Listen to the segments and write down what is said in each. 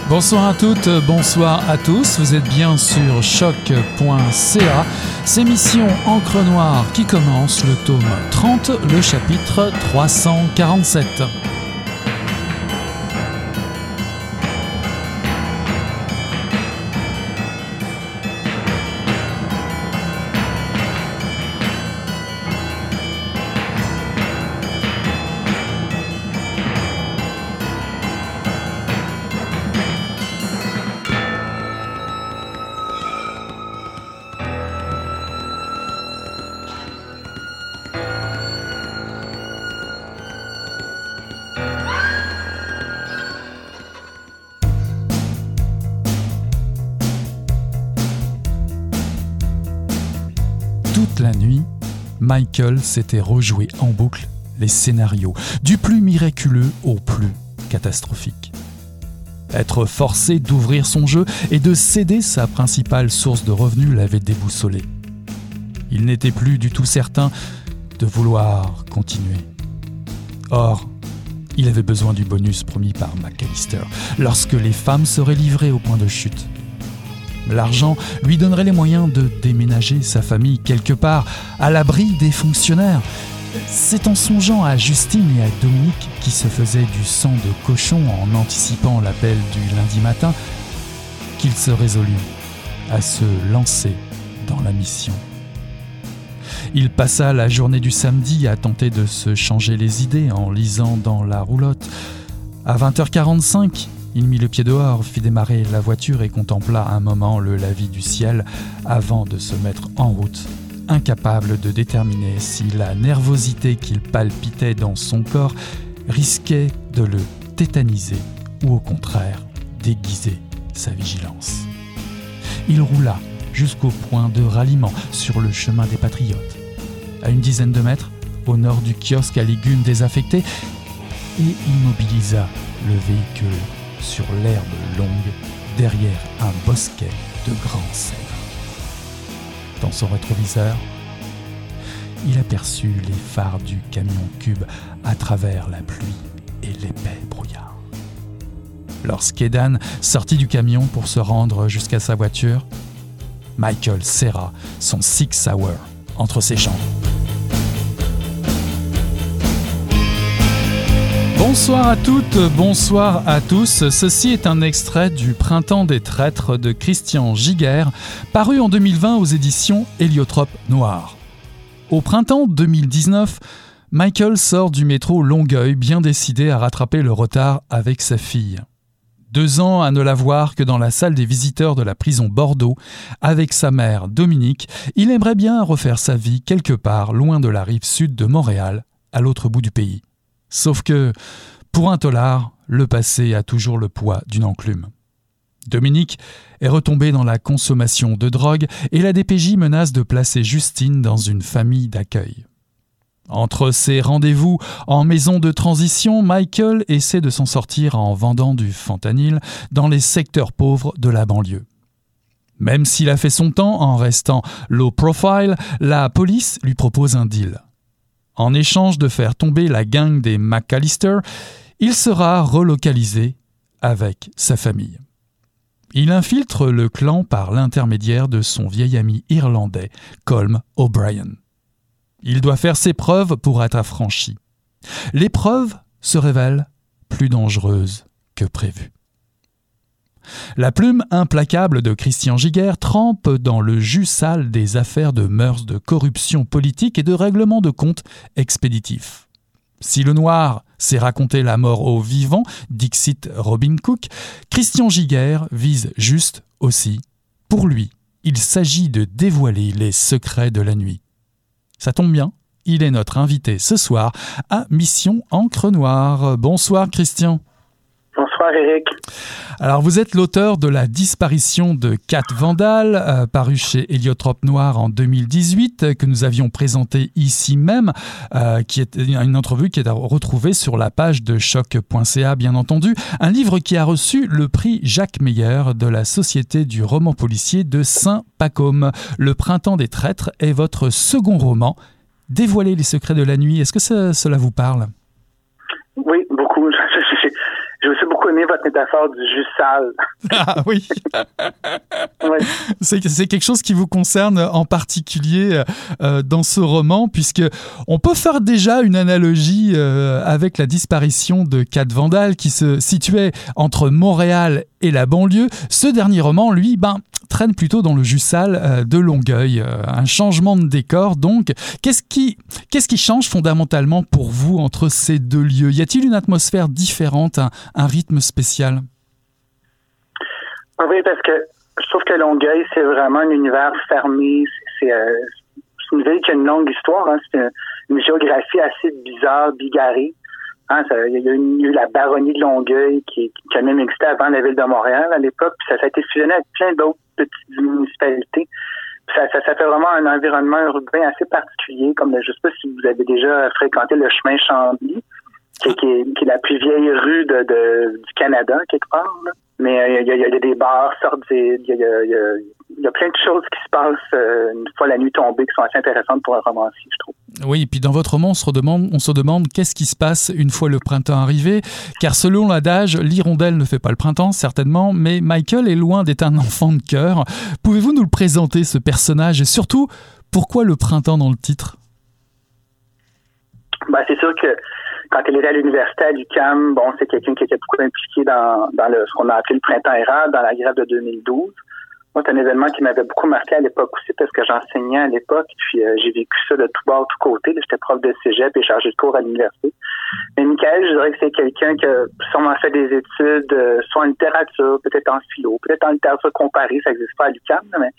Bonsoir à toutes, bonsoir à tous, vous êtes bien sur choc.ca. C'est Mission Encre Noire qui commence, le tome 30, le chapitre 347. Toute la nuit, Michael s'était rejoué en boucle les scénarios, du plus miraculeux au plus catastrophique. Être forcé d'ouvrir son jeu et de céder sa principale source de revenus l'avait déboussolé. Il n'était plus du tout certain de vouloir continuer. Or, il avait besoin du bonus promis par McAllister lorsque les femmes seraient livrées au point de chute. L'argent lui donnerait les moyens de déménager sa famille quelque part, à l'abri des fonctionnaires. C'est en songeant à Justine et à Dominique qui se faisaient du sang de cochon en anticipant l'appel du lundi matin qu'il se résolut à se lancer dans la mission. Il passa la journée du samedi à tenter de se changer les idées en lisant dans la roulotte. À 20h45, il mit le pied dehors, fit démarrer la voiture et contempla un moment le lavis du ciel avant de se mettre en route, incapable de déterminer si la nervosité qu'il palpitait dans son corps risquait de le tétaniser ou au contraire déguiser sa vigilance. Il roula jusqu'au point de ralliement sur le chemin des Patriotes, à une dizaine de mètres au nord du kiosque à légumes désaffecté, et immobilisa le véhicule sur l'herbe longue derrière un bosquet de grands cèdres. Dans son rétroviseur, il aperçut les phares du camion Cube à travers la pluie et l'épais brouillard. Lorsqu'Edan sortit du camion pour se rendre jusqu'à sa voiture, Michael serra son Six Hour entre ses jambes. Bonsoir à toutes, bonsoir à tous. Ceci est un extrait du Printemps des Traîtres de Christian Giguère, paru en 2020 aux éditions Héliotrope Noir. Au printemps 2019, Michael sort du métro Longueuil, bien décidé à rattraper le retard avec sa fille. 2 ans à ne la voir que dans la salle des visiteurs de la prison Bordeaux, avec sa mère Dominique, il aimerait bien refaire sa vie quelque part loin de la rive sud de Montréal, à l'autre bout du pays. Sauf que, pour un tôlard, le passé a toujours le poids d'une enclume. Dominique est retombé dans la consommation de drogue et la DPJ menace de placer Justine dans une famille d'accueil. Entre ses rendez-vous en maison de transition, Michael essaie de s'en sortir en vendant du fentanyl dans les secteurs pauvres de la banlieue. Même s'il a fait son temps en restant low profile, la police lui propose un deal. En échange de faire tomber la gang des McAllister, il sera relocalisé avec sa famille. Il infiltre le clan par l'intermédiaire de son vieil ami irlandais, Colm O'Brien. Il doit faire ses preuves pour être affranchi. Les preuves se révèlent plus dangereuses que prévu. La plume implacable de Christian Giguère trempe dans le jus sale des affaires de mœurs, de corruption politique et de règlement de comptes expéditifs. Si le noir sait raconter la mort aux vivants, dixit Robin Cook, Christian Giguère vise juste aussi. Pour lui, il s'agit de dévoiler les secrets de la nuit. Ça tombe bien, il est notre invité ce soir à Mission Encre Noire. Bonsoir Christian. Bonsoir Eric. Alors vous êtes l'auteur de La disparition de Kat Vandal, paru chez Héliotrope Noir en 2018, que nous avions présenté ici même, qui est une entrevue qui est à retrouver sur la page de choc.ca bien entendu. Un livre qui a reçu le prix Jacques Meyer de la Société du roman policier de Saint-Pacôme. Le Printemps des Traîtres est votre second roman. Dévoiler les secrets de la nuit, est-ce que cela vous parle ? Oui, beaucoup. Je me suis beaucoup beaucoup aimé votre métaphore du jus sale. Ah oui. Oui. C'est quelque chose qui vous concerne en particulier dans ce roman, puisque on peut faire déjà une analogie avec la disparition de Cat Vandal qui se situait entre Montréal et la banlieue. Ce dernier roman, lui, traîne plutôt dans le jus sale de Longueuil. Un changement de décor, donc. Qu'est-ce qui change fondamentalement pour vous entre ces deux lieux? Y a-t-il une atmosphère différente, un rythme spécial? Oui, parce que je trouve que Longueuil, c'est vraiment un univers fermé. C'est une ville qui a une longue histoire. Hein. C'est une géographie assez bizarre, bigarrée. Hein, il y a eu la baronnie de Longueuil qui a même existé avant la ville de Montréal à l'époque. Puis ça a été fusionné avec plein d'autres petites municipalités. Puis ça fait vraiment un environnement urbain assez particulier. Comme je ne sais pas si vous avez déjà fréquenté le chemin Chambly, qui est la plus vieille rue du Canada, quelque part. Là. Mais il y a des bars sordides, il y a plein de choses qui se passent une fois la nuit tombée qui sont assez intéressantes pour un romancier, je trouve. Oui, et puis dans votre roman, on se demande qu'est-ce qui se passe une fois le printemps arrivé, car selon l'adage, l'hirondelle ne fait pas le printemps, certainement, mais Michael est loin d'être un enfant de cœur. Pouvez-vous nous le présenter, ce personnage, et surtout, pourquoi le printemps dans le titre? C'est sûr que quand elle était à l'université à l'UQAM, c'est quelqu'un qui était beaucoup impliqué dans ce qu'on a appelé le printemps érable, dans la grève de 2012. Moi, c'est un événement qui m'avait beaucoup marqué à l'époque aussi parce que j'enseignais à l'époque, puis j'ai vécu ça de tout bord, tout côté. J'étais prof de cégep et chargé de cours à l'université. Mais Michael, je dirais que c'est quelqu'un qui a sûrement fait des études, soit en littérature, peut-être en philo, peut-être en littérature comparée, ça n'existe pas à l'UQAM, mais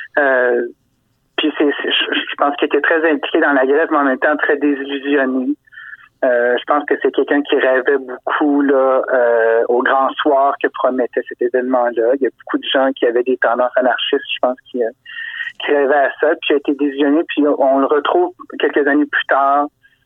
puis je pense qu'il était très impliqué dans la grève, mais en même temps très désillusionné. Je pense que c'est quelqu'un qui rêvait beaucoup là au grand soir que promettait cet événement-là. Il y a beaucoup de gens qui avaient des tendances anarchistes, je pense, qui rêvaient à ça, puis il a été désillusionné, puis on le retrouve quelques années plus tard.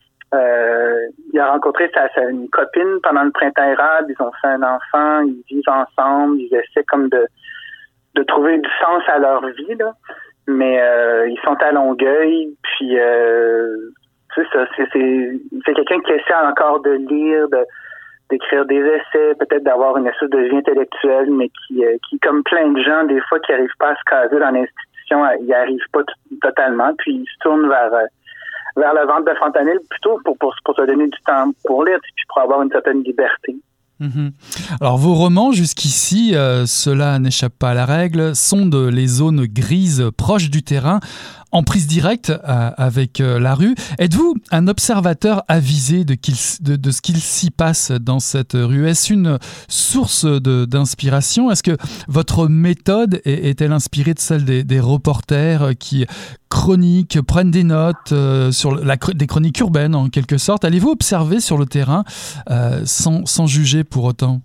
Il a rencontré une copine pendant le printemps érable, ils ont fait un enfant, ils vivent ensemble, ils essaient comme de trouver du sens à leur vie, là. Mais ils sont à Longueuil, puis c'est ça, c'est quelqu'un qui essaie encore de lire, d'écrire des essais, peut-être d'avoir une espèce de vie intellectuelle, mais qui comme plein de gens, des fois, qui n'arrivent pas à se caser dans l'institution, ils n'y arrivent pas totalement, puis ils se tournent vers la vente de fentanyl plutôt pour se donner du temps pour lire, puis pour avoir une certaine liberté. Alors vos romans jusqu'ici, cela n'échappe pas à la règle, sont les zones grises proches du terrain, en prise directe avec la rue. Êtes-vous un observateur avisé de ce qu'il s'y passe dans cette rue? Est-ce une source d'inspiration? Est-ce que votre méthode est-elle inspirée de celle des reporters qui chroniquent, prennent des notes sur des chroniques urbaines en quelque sorte? Allez-vous observer sur le terrain sans juger pour autant?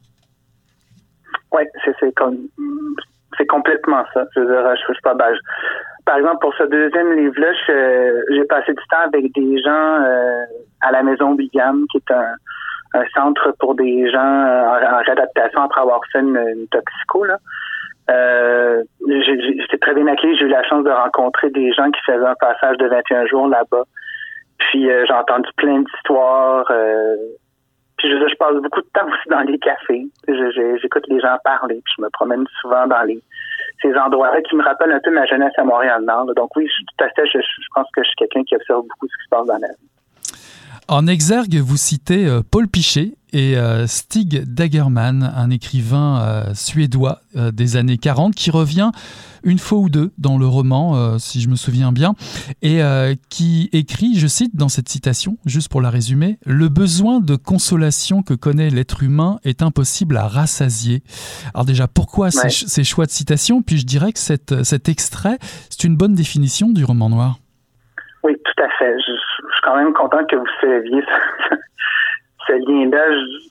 Oui, c'est complètement ça. Je veux dire, je suis pas bâche. Par exemple, pour ce deuxième livre-là, j'ai passé du temps avec des gens à la Maison William, qui est un centre pour des gens en réadaptation après avoir fait une toxico, là. J'étais très bien accueilli. J'ai eu la chance de rencontrer des gens qui faisaient un passage de 21 jours là-bas. Puis j'ai entendu plein d'histoires. Puis je passe beaucoup de temps aussi dans les cafés. J'écoute les gens parler. Puis je me promène souvent dans ces endroits-là qui me rappellent un peu ma jeunesse à Montréal-Nord. Donc oui, tout à fait, je pense que je suis quelqu'un qui observe beaucoup ce qui se passe dans la vie. En exergue, vous citez Paul Piché et Stig Dagerman, un écrivain suédois des années 40 qui revient une fois ou deux dans le roman, si je me souviens bien, et qui écrit, je cite dans cette citation, juste pour la résumer, « Le besoin de consolation que connaît l'être humain est impossible à rassasier ». Alors déjà, pourquoi ces choix de citation? Puis je dirais que cet extrait, c'est une bonne définition du roman noir. Oui, tout à fait. Je suis quand même content que vous saviez ce lien-là.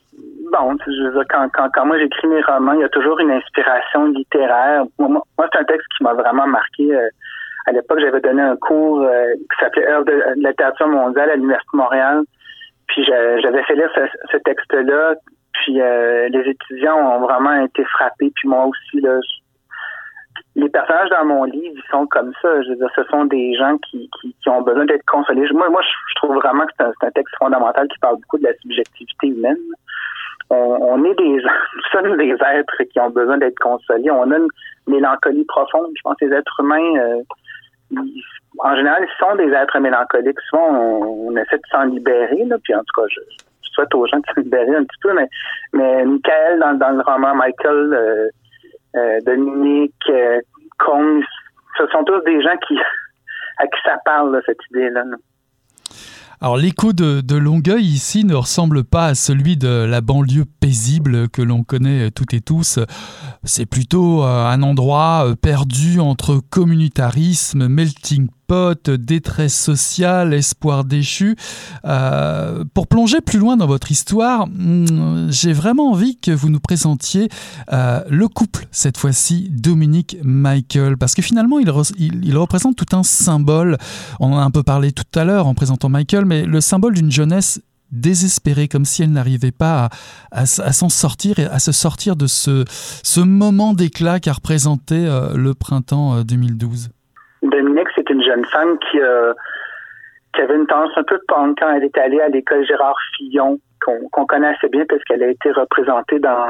Je veux dire, quand moi j'écris mes romans, il y a toujours une inspiration littéraire. Moi c'est un texte qui m'a vraiment marqué. À l'époque, j'avais donné un cours qui s'appelait Œuvres de littérature mondiale à l'Université de Montréal. Puis j'avais fait lire ce texte-là. Puis les étudiants ont vraiment été frappés. Puis moi aussi, là, les personnages dans mon livre, ils sont comme ça. Je veux dire, ce sont des gens qui ont besoin d'être consolés. Moi, je trouve vraiment que c'est un texte fondamental qui parle beaucoup de la subjectivité humaine. on est nous sommes des êtres qui ont besoin d'être consolés. On a une mélancolie profonde. Je pense que les êtres humains, en général, ils sont des êtres mélancoliques. Souvent, on essaie de s'en libérer, là, puis en tout cas, je souhaite aux gens de se libérer un petit peu, mais Michael, dans le roman, Michael, Dominique, Kong, ce sont tous des gens à qui ça parle, là, cette idée-là. Là. Alors l'écho de Longueuil ici ne ressemble pas à celui de la banlieue paisible que l'on connaît toutes et tous. C'est plutôt un endroit perdu entre communautarisme, melting pot, détresse sociale, espoir déchu. Pour plonger plus loin dans votre histoire, j'ai vraiment envie que vous nous présentiez le couple, cette fois-ci, Dominique-Michael, parce que finalement, il représente tout un symbole. On en a un peu parlé tout à l'heure en présentant Michael, mais le symbole d'une jeunesse désespérée, comme si elle n'arrivait pas à s'en sortir et à se sortir de ce moment d'éclat qu'a représenté le printemps 2012. Dominique, c'est une jeune femme qui avait une tendance un peu punk quand elle est allée à l'école Gérard Fillon, qu'on connaît assez bien parce qu'elle a été représentée dans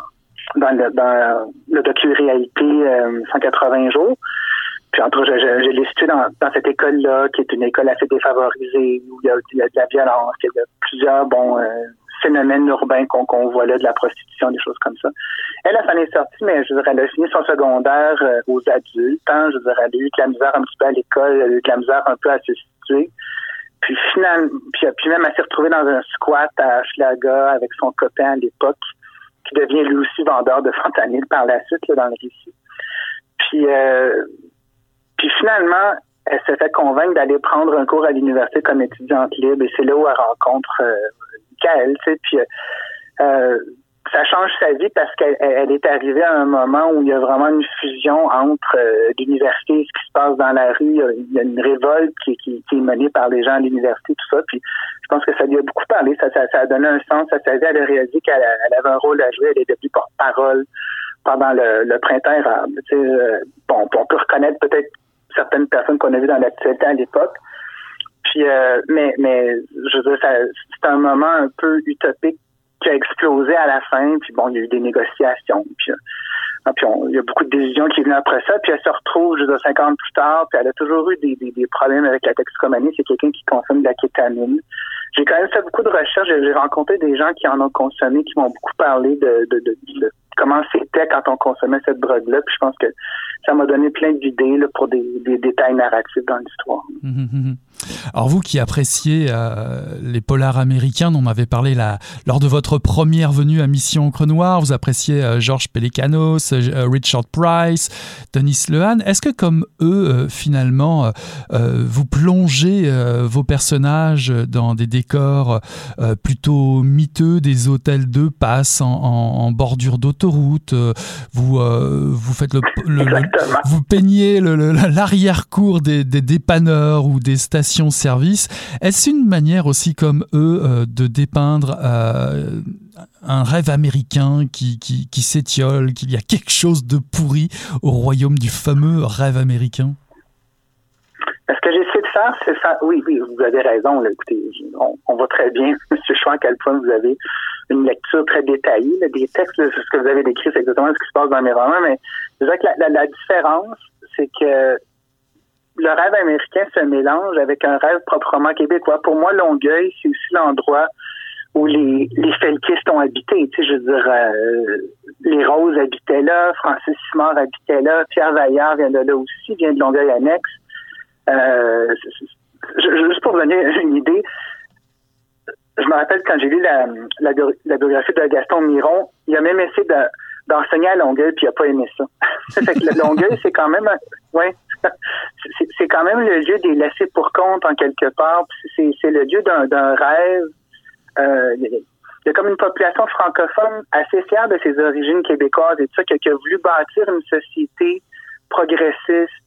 le docu-réalité 180 jours. Puis entre autres, je l'ai située dans cette école-là, qui est une école assez défavorisée, où il y a de la violence, il y a plusieurs phénomènes urbains qu'on voit là, de la prostitution, des choses comme ça. Elle s'en est sortie, mais je veux dire, elle a fini son secondaire aux adultes. Hein, je veux dire, elle a eu de la misère un petit peu à l'école, elle a eu de la misère un peu à se situer. Puis finalement, puis même elle s'est retrouvée dans un squat à Hochelaga avec son copain à l'époque, qui devient lui aussi vendeur de fentanyl par la suite, là, dans le récit. Puis finalement, elle s'est fait convaincre d'aller prendre un cours à l'université comme étudiante libre, et c'est là où elle rencontre Michael, tu sais, puis ça change sa vie parce qu'elle est arrivée à un moment où il y a vraiment une fusion entre l'université et ce qui se passe dans la rue. Il y a une révolte qui est menée par les gens à l'université, tout ça, puis je pense que ça lui a beaucoup parlé, ça a donné un sens à sa vie. Elle a réalisé qu'elle avait un rôle à jouer, elle est devenue porte-parole pendant le printemps érable. Tu sais, on peut reconnaître peut-être certaines personnes qu'on a vues dans l'actualité à l'époque. Puis, mais je veux dire, c'est un moment un peu utopique qui a explosé à la fin. Puis bon, il y a eu des négociations. Puis il y a beaucoup de décisions qui venaient après ça. Puis elle se retrouve, je veux dire, 50 ans plus tard. Puis elle a toujours eu des problèmes avec la toxicomanie. C'est quelqu'un qui consomme de la kétamine. J'ai quand même fait beaucoup de recherches. J'ai rencontré des gens qui en ont consommé, qui m'ont beaucoup parlé de comment c'était quand on consommait cette drogue-là. Puis je pense que ça m'a donné plein d'idées là, pour des détails narratifs dans l'histoire. Alors vous qui appréciez les polars américains dont on m'avait parlé lors de votre première venue à Mission Encre Noire, vous appréciez Georges Pelecanos, Richard Price, Denis Lehane. Est-ce que comme eux, finalement, vous plongez vos personnages dans des décors plutôt miteux, des hôtels de passe en bordure d'autoroute, vous faites vous peignez l'arrière-cour des dépanneurs ou des stations-service. Est-ce une manière aussi comme eux de dépeindre un rêve américain qui s'étiole, qu'il y a quelque chose de pourri au royaume du fameux rêve américain? Ce que j'essaie de faire, c'est ça. Oui, vous avez raison. Là. Écoutez, on voit très bien, M. Chouin, à quel point vous avez une lecture très détaillée. Là, des textes, là, ce que vous avez décrit, c'est exactement ce qui se passe dans mes romans, mais je dirais que la différence, c'est que le rêve américain se mélange avec un rêve proprement québécois. Pour moi, Longueuil, c'est aussi l'endroit où les felkistes ont habité. Tu sais, je veux dire, les Roses habitaient là, Francis Simard habitait là, Pierre Vaillard vient de là aussi, vient de Longueuil-Annexe. Juste pour vous donner une idée, je me rappelle quand j'ai lu la biographie de Gaston Miron, il a même essayé d'enseigner à Longueuil, puis il n'a pas aimé ça. Fait que Longueuil, c'est quand même... c'est quand même le lieu des laissés pour compte en quelque part. C'est le lieu d'un rêve. Il y a comme une population francophone assez fière de ses origines québécoises et tout ça, qui a voulu bâtir une société progressiste,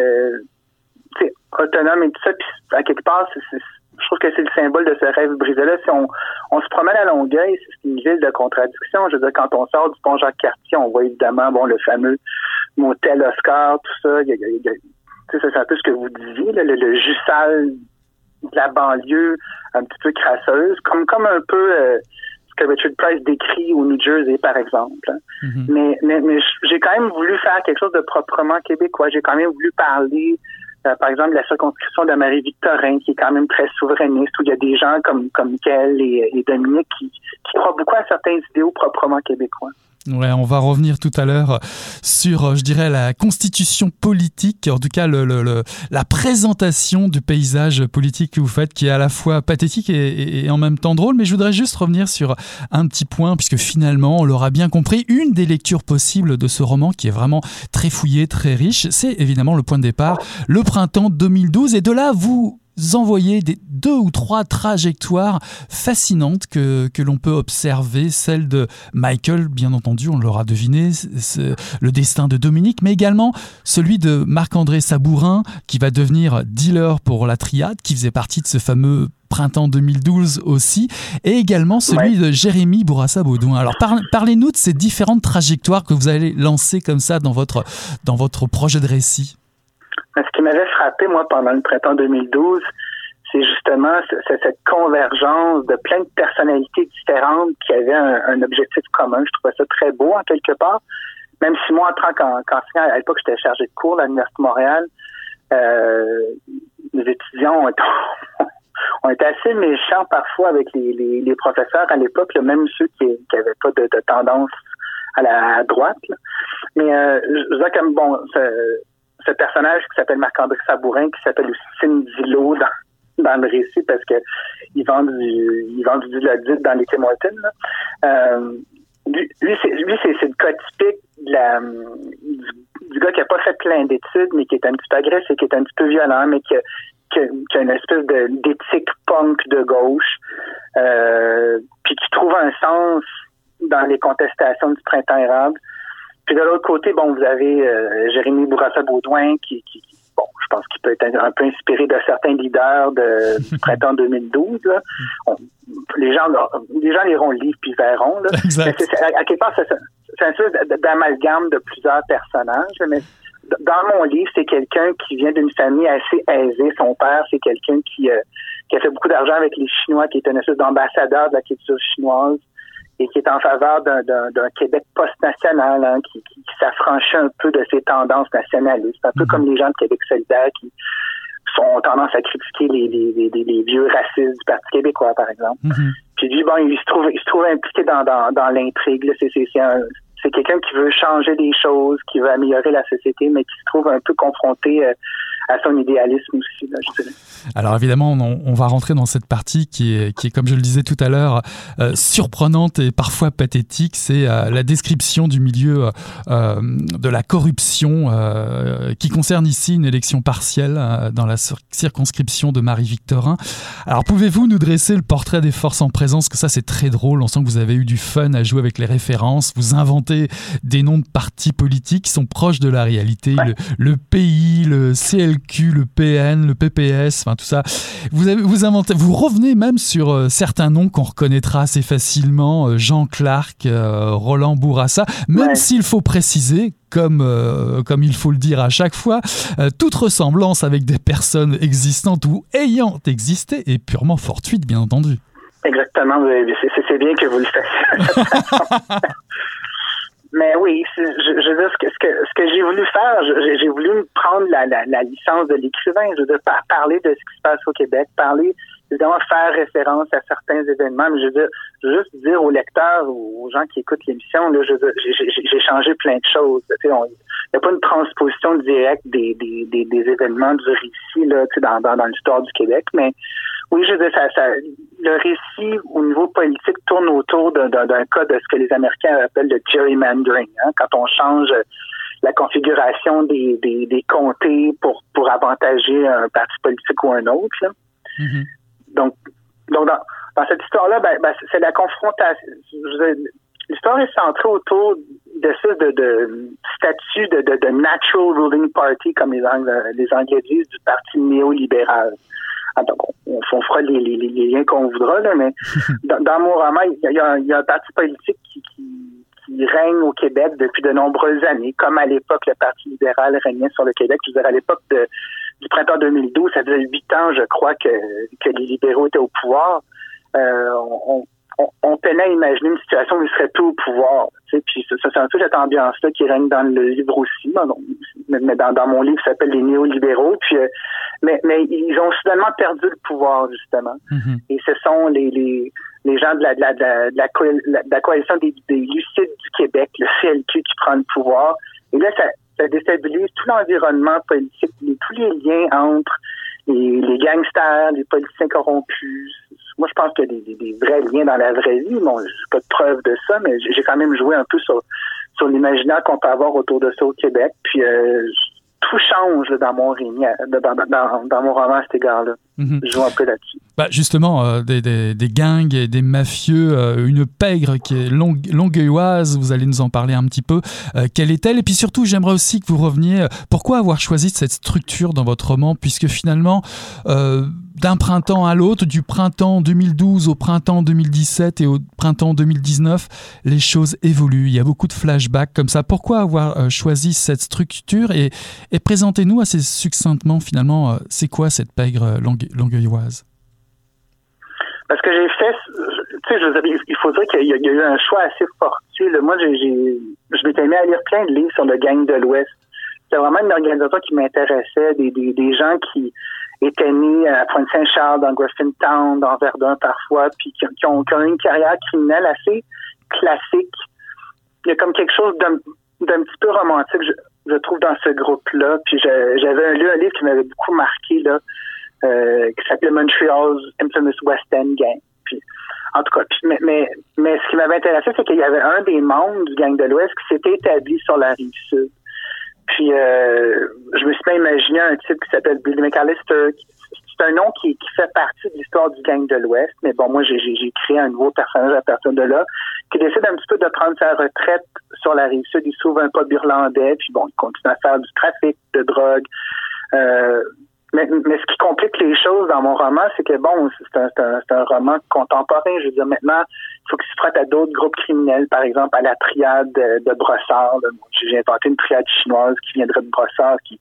autonome et tout ça. Puis à quelque part, je trouve que c'est le symbole de ce rêve brisé-là. Si on se promène à Longueuil, c'est une ville de contradiction. Je veux dire, quand on sort du pont Jacques-Cartier, on voit évidemment le fameux motel Oscar, tout ça. C'est un peu ce que vous disiez, là, le jus sale de la banlieue, un petit peu crasseuse, comme un peu ce que Richard Price décrit au New Jersey, par exemple. Mais j'ai quand même voulu faire quelque chose de proprement québécois. J'ai quand même voulu parler, par exemple, de la circonscription de Marie-Victorin, qui est quand même très souverainiste, où il y a des gens comme Michael et Dominique qui croient beaucoup à certains idéaux proprement québécois. Ouais, on va revenir tout à l'heure sur, je dirais, la constitution politique, en tout cas la présentation du paysage politique que vous faites, qui est à la fois pathétique et en même temps drôle. Mais je voudrais juste revenir sur un petit point, puisque finalement, on l'aura bien compris, une des lectures possibles de ce roman, qui est vraiment très fouillé, très riche, c'est évidemment le point de départ, le printemps 2012. Et de là, vous envoyer 2 ou 3 trajectoires fascinantes que l'on peut observer, celle de Michael, bien entendu, on l'aura deviné, le destin de Dominique, mais également celui de Marc-André Sabourin, qui va devenir dealer pour la Triade, qui faisait partie de ce fameux printemps 2012 aussi, et également celui de Jérémy Bourassa-Baudouin. Alors parlez-nous de ces différentes trajectoires que vous allez lancer comme ça dans votre projet de récit. Ce qui m'avait frappé, moi, pendant le printemps 2012, c'est justement cette convergence de plein de personnalités différentes qui avaient un objectif commun. Je trouvais ça très beau, en quelque part. Même si moi, en tant qu'enseignant, à l'époque, j'étais chargé de cours à l'Université de Montréal, les étudiants ont été assez méchants parfois avec les professeurs à l'époque, là, même ceux qui n'avaient pas de tendance à la droite. Là. Mais je disais comme, bon... ce personnage qui s'appelle Marc-André Sabourin, qui s'appelle aussi Cindy-Lo dans le récit, parce que il vend du dilodite dans les Tim Hortons. Lui, c'est le cas typique du gars qui a pas fait plein d'études, mais qui est un petit peu agressif, qui est un petit peu violent, mais qui a une espèce d'éthique punk de gauche, puis qui trouve un sens dans les contestations du printemps érable. Puis de l'autre côté, bon, vous avez Jérémy Bourassa-Baudouin qui je pense qu'il peut être un peu inspiré de certains leaders du printemps 2012. Là. Les gens liront le livre puis verront. Là. Exact. À quelque part, c'est un espèce d'amalgame de plusieurs personnages. Mais dans mon livre, c'est quelqu'un qui vient d'une famille assez aisée. Son père, c'est quelqu'un qui a fait beaucoup d'argent avec les Chinois, qui est une espèce d'ambassadeur de la culture chinoise, et qui est en faveur d'un Québec post-national, hein, qui s'affranchit un peu de ses tendances nationalistes, un peu comme les gens de Québec solidaire qui ont tendance à critiquer les vieux racistes du Parti québécois, par exemple. Puis lui, bon, il se trouve impliqué dans l'intrigue. Là. C'est quelqu'un qui veut changer des choses, qui veut améliorer la société, mais qui se trouve un peu confronté à son idéalisme aussi, là, je dirais. Alors évidemment, on va rentrer dans cette partie qui est, comme je le disais tout à l'heure, surprenante et parfois pathétique. C'est la description du milieu de la corruption qui concerne ici une élection partielle dans la circonscription de Marie-Victorin. Alors pouvez-vous nous dresser le portrait des forces en présence? Que ça, c'est très drôle. On sent que vous avez eu du fun à jouer avec les références. Vous inventez des noms de partis politiques qui sont proches de la réalité. Ouais. Le PI, le CLQ, le PN, le PPS, enfin tout ça. Vous revenez même sur certains noms qu'on reconnaîtra assez facilement, Jean Clark, Roland Bourassa, même s'il faut préciser, comme il faut le dire à chaque fois, toute ressemblance avec des personnes existantes ou ayant existé est purement fortuite, bien entendu. Exactement, c'est bien que vous le fassiez. Mais oui, je veux dire, ce que j'ai voulu faire, j'ai voulu prendre la licence de l'écrivain, je veux dire, parler de ce qui se passe au Québec, évidemment, faire référence à certains événements, mais je veux dire, juste dire aux lecteurs ou aux gens qui écoutent l'émission, là, je veux dire, j'ai changé plein de choses. Tu sais, il n'y a pas une transposition directe des événements du récit, là, tu sais, dans l'histoire du Québec, mais oui, je veux dire, le récit au niveau politique tourne autour d'un cas de ce que les Américains appellent le gerrymandering, hein, quand on change la configuration des comtés pour avantager un parti politique ou un autre. Là. Mm-hmm. Donc dans cette histoire-là, c'est la confrontation. L'histoire est centrée autour de statut de natural ruling party, comme les Anglais disent, du parti néolibéral. Donc, on fera les liens qu'on voudra, là, mais dans mon roman, il y a un parti politique qui règne au Québec depuis de nombreuses années, comme à l'époque, le Parti libéral régnait sur le Québec. Je veux dire, à l'époque du printemps 2012, ça faisait 8 ans, je crois, que les libéraux étaient au pouvoir. on peinait à imaginer une situation où il serait plus au pouvoir. Tu sais, puis c'est un peu cette ambiance-là qui règne dans le livre aussi. Mais dans mon livre, ça s'appelle Les néolibéraux. Puis, mais ils ont soudainement perdu le pouvoir, justement. Mm-hmm. Et ce sont les gens de la coalition des Lucides du Québec, le CLQ, qui prend le pouvoir. Et là, ça déstabilise tout l'environnement politique, tous les liens entre les gangsters, les politiciens corrompus. Moi, je pense qu'il y a des vrais liens dans la vraie vie. Bon, j'ai pas de preuve de ça, mais j'ai quand même joué un peu sur l'imaginaire qu'on peut avoir autour de ça au Québec. Puis tout change là, dans mon récit, dans mon roman à cet égard-là. Mm-hmm. Je joue un peu là-dessus. Justement, des gangs et des mafieux, une pègre qui est longueuilloise, vous allez nous en parler un petit peu. Quelle est-elle? Et puis surtout, j'aimerais aussi que vous reveniez, pourquoi avoir choisi cette structure dans votre roman, puisque finalement, d'un printemps à l'autre, du printemps 2012 au printemps 2017 et au printemps 2019, les choses évoluent. Il y a beaucoup de flashbacks comme ça. Pourquoi avoir choisi cette structure et présentez-nous assez succinctement, finalement, c'est quoi cette pègre longueuilloise? Parce que j'ai fait, tu sais, il faut dire qu'il y a eu un choix assez fortuit. Là. Moi, je m'étais mis à lire plein de livres sur le gang de l'Ouest. C'était vraiment une organisation qui m'intéressait, des gens qui étaient nés à Pointe-Saint-Charles, dans Griffintown, dans Verdun parfois, puis qui ont eu une carrière criminelle assez classique. Il y a comme quelque chose d'un petit peu romantique, je trouve, dans ce groupe-là. Puis j'avais lu un livre qui m'avait beaucoup marqué, là, qui s'appelait Montreal's Infamous West End Gang. Puis, en tout cas, mais ce qui m'avait intéressé, c'est qu'il y avait un des membres du gang de l'Ouest qui s'était établi sur la rive sud. Puis, je me suis pas imaginé un type qui s'appelle Billy McAllister. C'est un nom qui fait partie de l'histoire du gang de l'Ouest. Mais bon, moi, j'ai créé un nouveau personnage à partir de là, qui décide un petit peu de prendre sa retraite sur la rive sud. Il s'ouvre un pub irlandais. Puis bon, il continue à faire du trafic de drogue. Mais ce qui complique les choses dans mon roman, c'est que bon, c'est un roman contemporain. Je veux dire, maintenant, il faut qu'il se frotte à d'autres groupes criminels, par exemple à la triade de Brossard. J'ai inventé une triade chinoise qui viendrait de Brossard, qui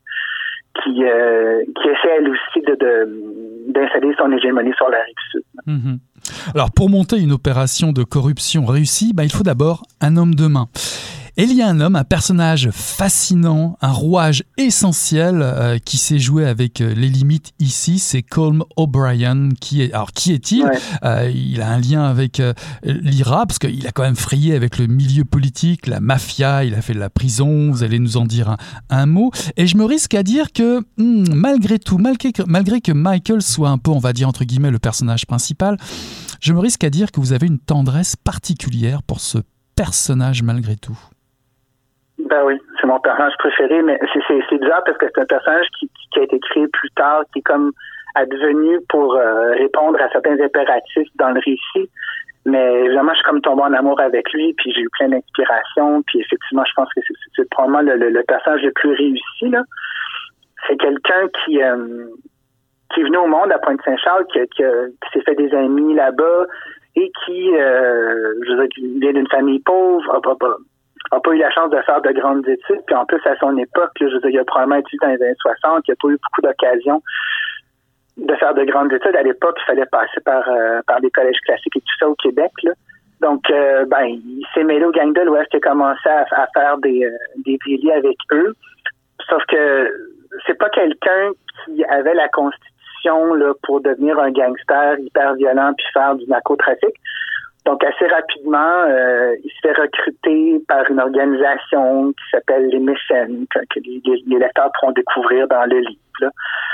essaie elle aussi d'installer son hégémonie sur la rive sud. Mm-hmm. Alors, pour monter une opération de corruption réussie, il faut d'abord un homme de main. Et il y a un homme, un personnage fascinant, un rouage essentiel qui s'est joué avec les limites ici, c'est Colm O'Brien. Qui est-il? Ouais. Il a un lien avec l'IRA, parce qu'il a quand même frayé avec le milieu politique, la mafia, il a fait de la prison, vous allez nous en dire un mot. Et je me risque à dire que malgré tout, malgré que Michael soit un peu, on va dire entre guillemets, le personnage principal, je me risque à dire que vous avez une tendresse particulière pour ce personnage malgré tout. Ben oui, c'est mon personnage préféré, mais c'est bizarre parce que c'est un personnage qui a été créé plus tard, qui est comme advenu pour répondre à certains impératifs dans le récit. Mais évidemment, je suis comme tombé en amour avec lui, puis j'ai eu plein d'inspiration, puis effectivement, je pense que c'est probablement le personnage le plus réussi, là. C'est quelqu'un qui est venu au monde à Pointe-Saint-Charles, qui s'est fait des amis là-bas, et qui vient d'une famille pauvre, n'a pas eu la chance de faire de grandes études, puis en plus, à son époque, là, il a probablement étudié dans les années 60, il n'a pas eu beaucoup d'occasions de faire de grandes études. À l'époque, il fallait passer par des collèges classiques et tout ça au Québec, là. Donc, il s'est mêlé au gang de l'Ouest, il a commencé à faire des délits avec eux, sauf que c'est pas quelqu'un qui avait la constitution là, pour devenir un gangster hyper violent puis faire du narcotrafic. Donc, assez rapidement, il se fait recruter par une organisation qui s'appelle les Mécènes, que les lecteurs pourront découvrir dans le livre, là.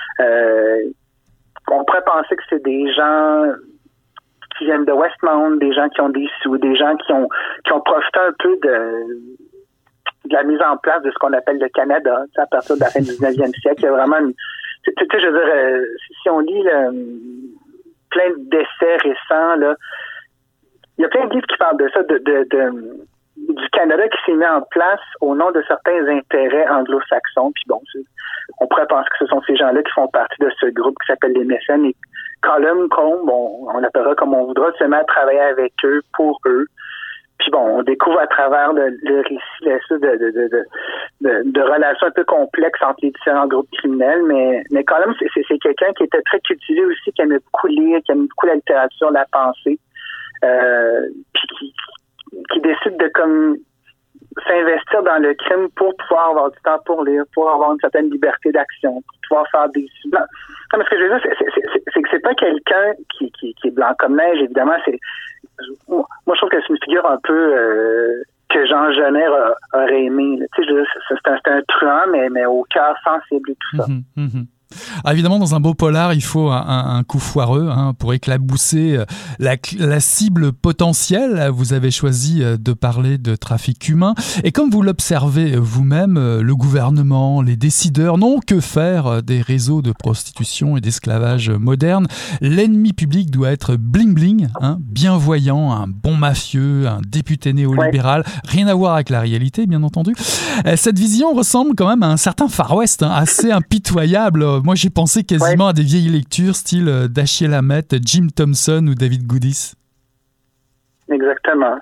On pourrait penser que c'est des gens qui viennent de Westmount, des gens qui ont des sous, des gens qui ont profité un peu de la mise en place de ce qu'on appelle le Canada, à partir de la fin du 19e siècle. Il y a vraiment je veux dire, si on lit plein d'essais récents, là, il y a plein de livres qui parlent de ça, du Canada qui s'est mis en place au nom de certains intérêts anglo-saxons. Puis bon, on pourrait penser que ce sont ces gens-là qui font partie de ce groupe qui s'appelle les Mécènes. Et Colm, on l'appellera comme on voudra, se met à travailler avec eux, pour eux. Puis bon, on découvre à travers le récit de relations un peu complexes entre les différents groupes criminels. Mais Colm, c'est quelqu'un qui était très cultivé aussi, qui aimait beaucoup lire, qui aimait beaucoup la littérature, la pensée. puis qui décident de comme s'investir dans le crime pour pouvoir avoir du temps pour lire, pour avoir une certaine liberté d'action, pour pouvoir faire des... Non, mais ce que je veux dire, c'est que c'est pas quelqu'un qui est blanc comme neige, évidemment. Moi, je trouve que c'est une figure un peu que Jean Genet aurait aimé. Tu sais, c'est un truand, mais au cœur sensible et tout ça. Ah, évidemment, dans un beau polar, il faut un coup foireux pour éclabousser la cible potentielle. Vous avez choisi de parler de trafic humain. Et comme vous l'observez vous-même, le gouvernement, les décideurs n'ont que faire des réseaux de prostitution et d'esclavage moderne. L'ennemi public doit être bling-bling, bienvoyant, un bon mafieux, un député néolibéral. Rien à voir avec la réalité, bien entendu. Cette vision ressemble quand même à un certain Far West, assez impitoyable. Moi, j'ai pensé quasiment à des vieilles lectures, style Dashiell Hammett, Jim Thompson ou David Goodis. Exactement.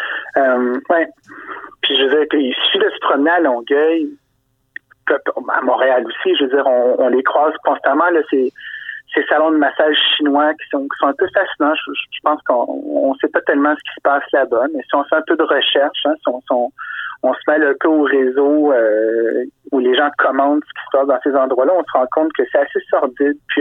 Puis, je veux dire, il suffit de se promener à Longueuil, à Montréal aussi, je veux dire, on les croise constamment, là, ces salons de massage chinois qui sont un peu fascinants. Je pense qu'on sait pas tellement ce qui se passe là-bas, mais si on fait un peu de recherche, on se mêle un peu au réseau où les gens commandent ce qui se passe dans ces endroits-là, on se rend compte que c'est assez sordide. Puis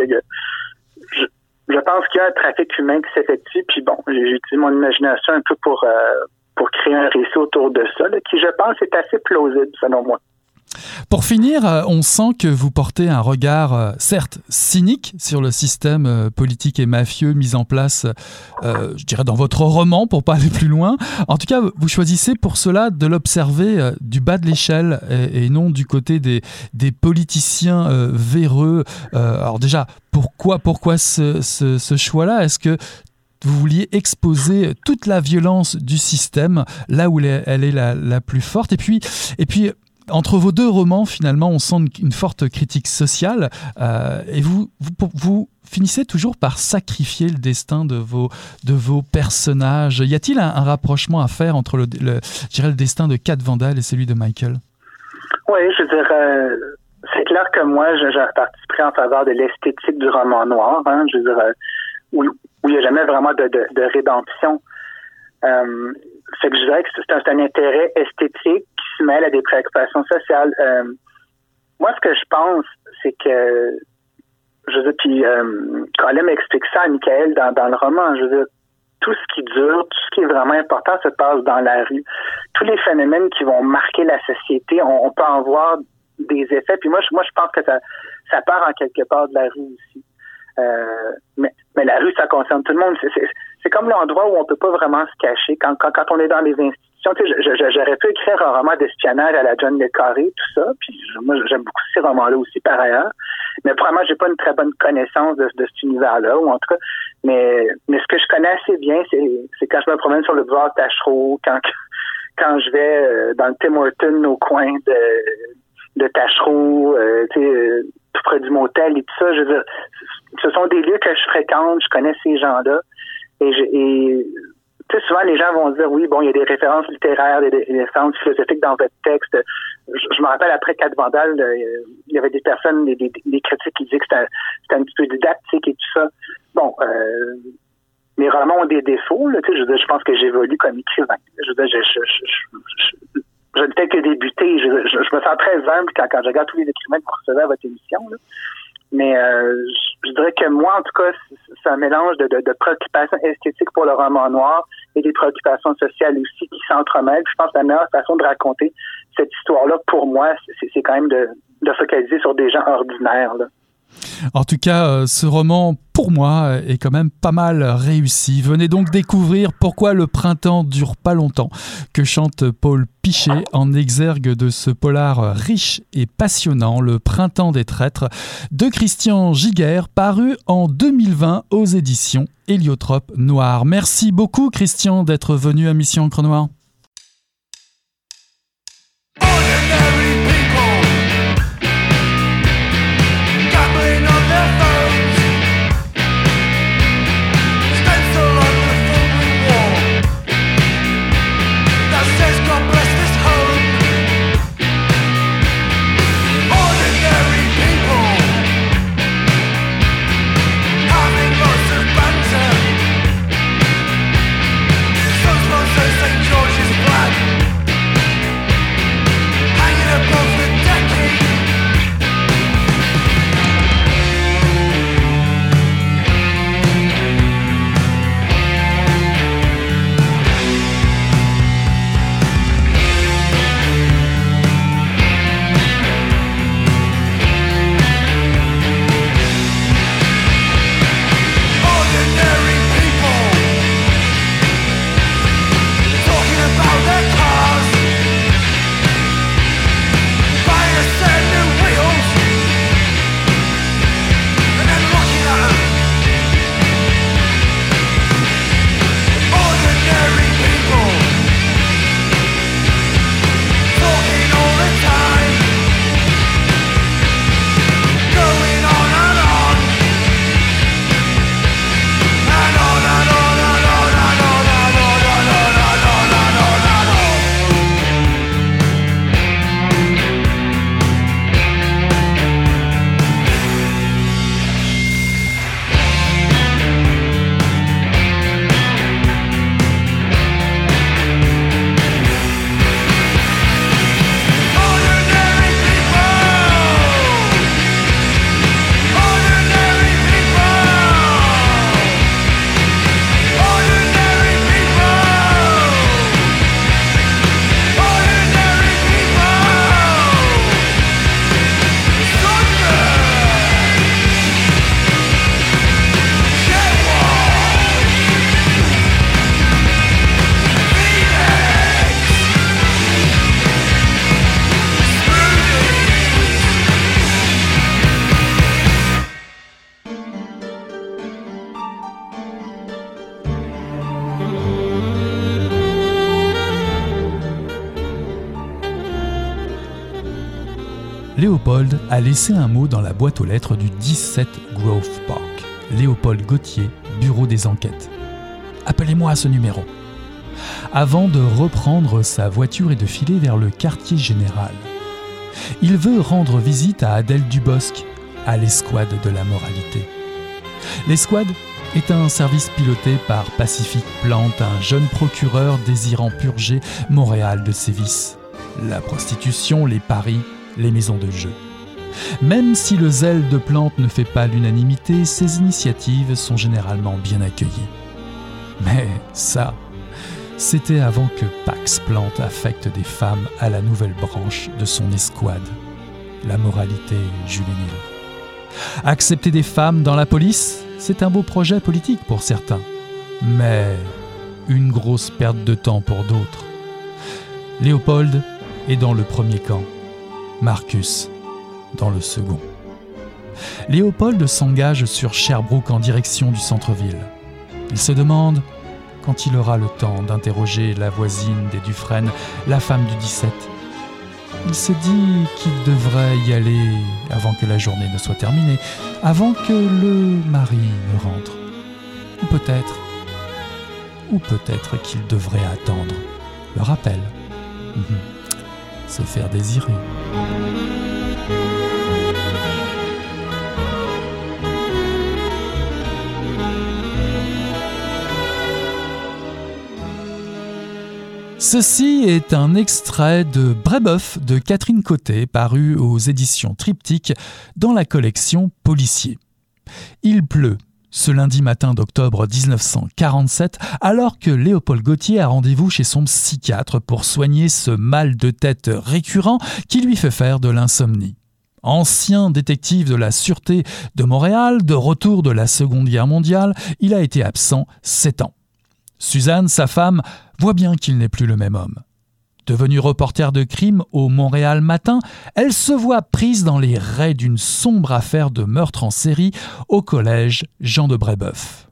je pense qu'il y a un trafic humain qui s'effectue. Puis bon, j'ai utilisé mon imagination un peu pour créer un récit autour de ça, là, qui, je pense, est assez plausible, selon moi. Pour finir, on sent que vous portez un regard, certes, cynique sur le système politique et mafieux mis en place, je dirais, dans votre roman, pour pas aller plus loin. En tout cas, vous choisissez pour cela de l'observer du bas de l'échelle et non du côté des politiciens véreux. Alors déjà, pourquoi ce choix-là ? Est-ce que vous vouliez exposer toute la violence du système, là où elle est la plus forte ? Et puis entre vos deux romans, finalement, on sent une forte critique sociale et vous finissez toujours par sacrifier le destin de vos personnages. Y a-t-il un rapprochement à faire entre le destin de Kat Vandal et celui de Michael? Oui, je veux dire, c'est clair que moi, je participerai en faveur de l'esthétique du roman noir, je veux dire, où il n'y a jamais vraiment de rédemption. Fait que je dirais que c'est un intérêt esthétique qui se mêle à des préoccupations sociales. Moi, ce que je pense, c'est que, je veux dire, puis Colin m'explique ça à Michael dans le roman, je veux dire, tout ce qui dure, tout ce qui est vraiment important se passe dans la rue. Tous les phénomènes qui vont marquer la société, on peut en voir des effets. Puis moi, je pense que ça part en quelque part de la rue aussi. Mais la rue, ça concerne tout le monde. C'est comme l'endroit où on peut pas vraiment se cacher. Quand on est dans les institutions, tu sais, j'aurais pu écrire un roman d'espionnage à la John le Carré, tout ça. Puis moi, j'aime beaucoup ces romans-là aussi par ailleurs. Mais probablement, j'ai pas une très bonne connaissance de cet univers-là, ou en tout cas. Mais ce que je connais assez bien, c'est quand je me promène sur le boulevard Taschereau, quand je vais dans le Tim Hortons au coin de Taschereau, tout près du motel et tout ça. Je veux dire, ce sont des lieux que je fréquente, je connais ces gens-là. Et tu sais, souvent, les gens vont dire, oui, bon, il y a des références littéraires, des références philosophiques dans votre texte. Je me rappelle, après Kat Vandal, il y avait des personnes, des critiques qui disaient que c'était un petit peu didactique et tout ça. Bon, mes romans ont des défauts, là, tu sais, je pense que j'évolue comme écrivain. Je veux dire, je ne fais que débuter. Je me sens très humble quand je regarde tous les écrivains que vous recevez à votre émission, là. Mais je dirais que moi, en tout cas, c'est un mélange de préoccupations esthétiques pour le roman noir et des préoccupations sociales aussi qui s'entremêlent. Je pense que la meilleure façon de raconter cette histoire-là, pour moi, c'est quand même de focaliser sur des gens ordinaires, là. En tout cas, ce roman, pour moi, est quand même pas mal réussi. Venez donc découvrir Pourquoi le printemps dure pas longtemps, que chante Paul Pichet en exergue de ce polar riche et passionnant, Le Printemps des traîtres, de Christian Giguère, paru en 2020 aux éditions Héliotrope Noir. Merci beaucoup, Christian, d'être venu à Mission Encre Noire. Léopold a laissé un mot dans la boîte aux lettres du 17 Grove Park. Léopold Gauthier, Bureau des enquêtes. Appelez-moi à ce numéro. Avant de reprendre sa voiture et de filer vers le quartier général. Il veut rendre visite à Adèle Dubosc, à l'escouade de la moralité. L'escouade est un service piloté par Pacifique Plante, un jeune procureur désirant purger Montréal de ses vices. La prostitution, les paris, les maisons de jeu. Même si le zèle de Plante ne fait pas l'unanimité, ses initiatives sont généralement bien accueillies. Mais ça, c'était avant que Pax Plante affecte des femmes à la nouvelle branche de son escouade, la moralité juvénile. Accepter des femmes dans la police, c'est un beau projet politique pour certains, mais une grosse perte de temps pour d'autres. Léopold est dans le premier camp, Marcus dans le second. Léopold s'engage sur Sherbrooke en direction du centre-ville. Il se demande quand il aura le temps d'interroger la voisine des Dufresne, la femme du 17. Il se dit qu'il devrait y aller avant que la journée ne soit terminée, avant que le mari ne rentre. Ou peut-être qu'il devrait attendre le rappel. Se faire désirer. Ceci est un extrait de Brébeuf de Catherine Côté, paru aux éditions Triptyque dans la collection Policier. Il pleut ce lundi matin d'octobre 1947, alors que Léopold Gauthier a rendez-vous chez son psychiatre pour soigner ce mal de tête récurrent qui lui fait faire de l'insomnie. Ancien détective de la Sûreté de Montréal, de retour de la Seconde Guerre mondiale, il a été absent 7 ans. Suzanne, sa femme, voit bien qu'il n'est plus le même homme. Devenue reporter de crime au Montréal Matin, elle se voit prise dans les raies d'une sombre affaire de meurtre en série au collège Jean de Brébeuf.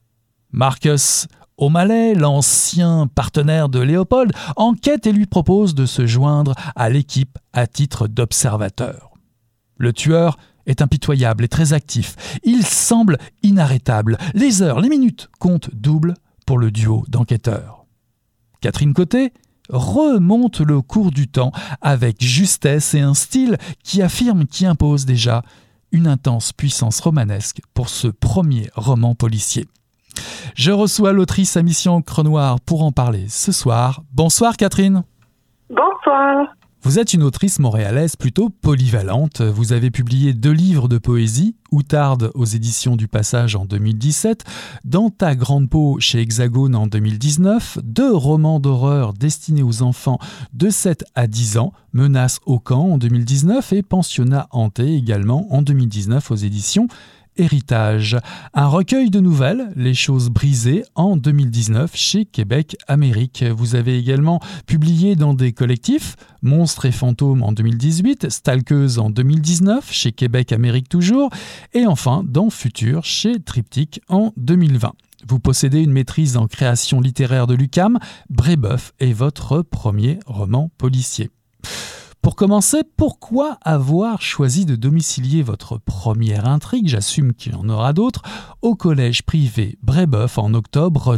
Marcus O'Malley, l'ancien partenaire de Léopold, enquête et lui propose de se joindre à l'équipe à titre d'observateur. Le tueur est impitoyable et très actif. Il semble inarrêtable. Les heures, les minutes comptent double pour le duo d'enquêteurs. Catherine Côté remonte le cours du temps avec justesse et un style qui impose déjà une intense puissance romanesque pour ce premier roman policier. Je reçois l'autrice à Mission Encre Noire pour en parler ce soir. Bonsoir Catherine. Bonsoir. Vous êtes une autrice montréalaise plutôt polyvalente. Vous avez publié 2 livres de poésie, Outarde aux éditions du Passage en 2017, Dans ta grande peau chez Hexagone en 2019, 2 romans d'horreur destinés aux enfants de 7 à 10 ans, Menace au camp en 2019 et Pensionnat hanté également en 2019 aux éditions Héritage. Un recueil de nouvelles, Les choses brisées, en 2019 chez Québec Amérique. Vous avez également publié dans des collectifs, Monstres et fantômes en 2018, Stalkeuse en 2019 chez Québec Amérique toujours, et enfin dans Futur chez Triptyque en 2020. Vous possédez une maîtrise en création littéraire de l'UQAM. Brébeuf est votre premier roman policier. Pour commencer, pourquoi avoir choisi de domicilier votre première intrigue, j'assume qu'il y en aura d'autres, au collège privé Brébeuf en octobre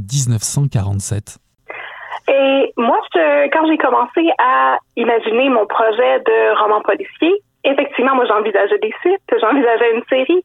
1947? Et moi, quand j'ai commencé à imaginer mon projet de roman policier, effectivement, moi, j'envisageais des suites, j'envisageais une série.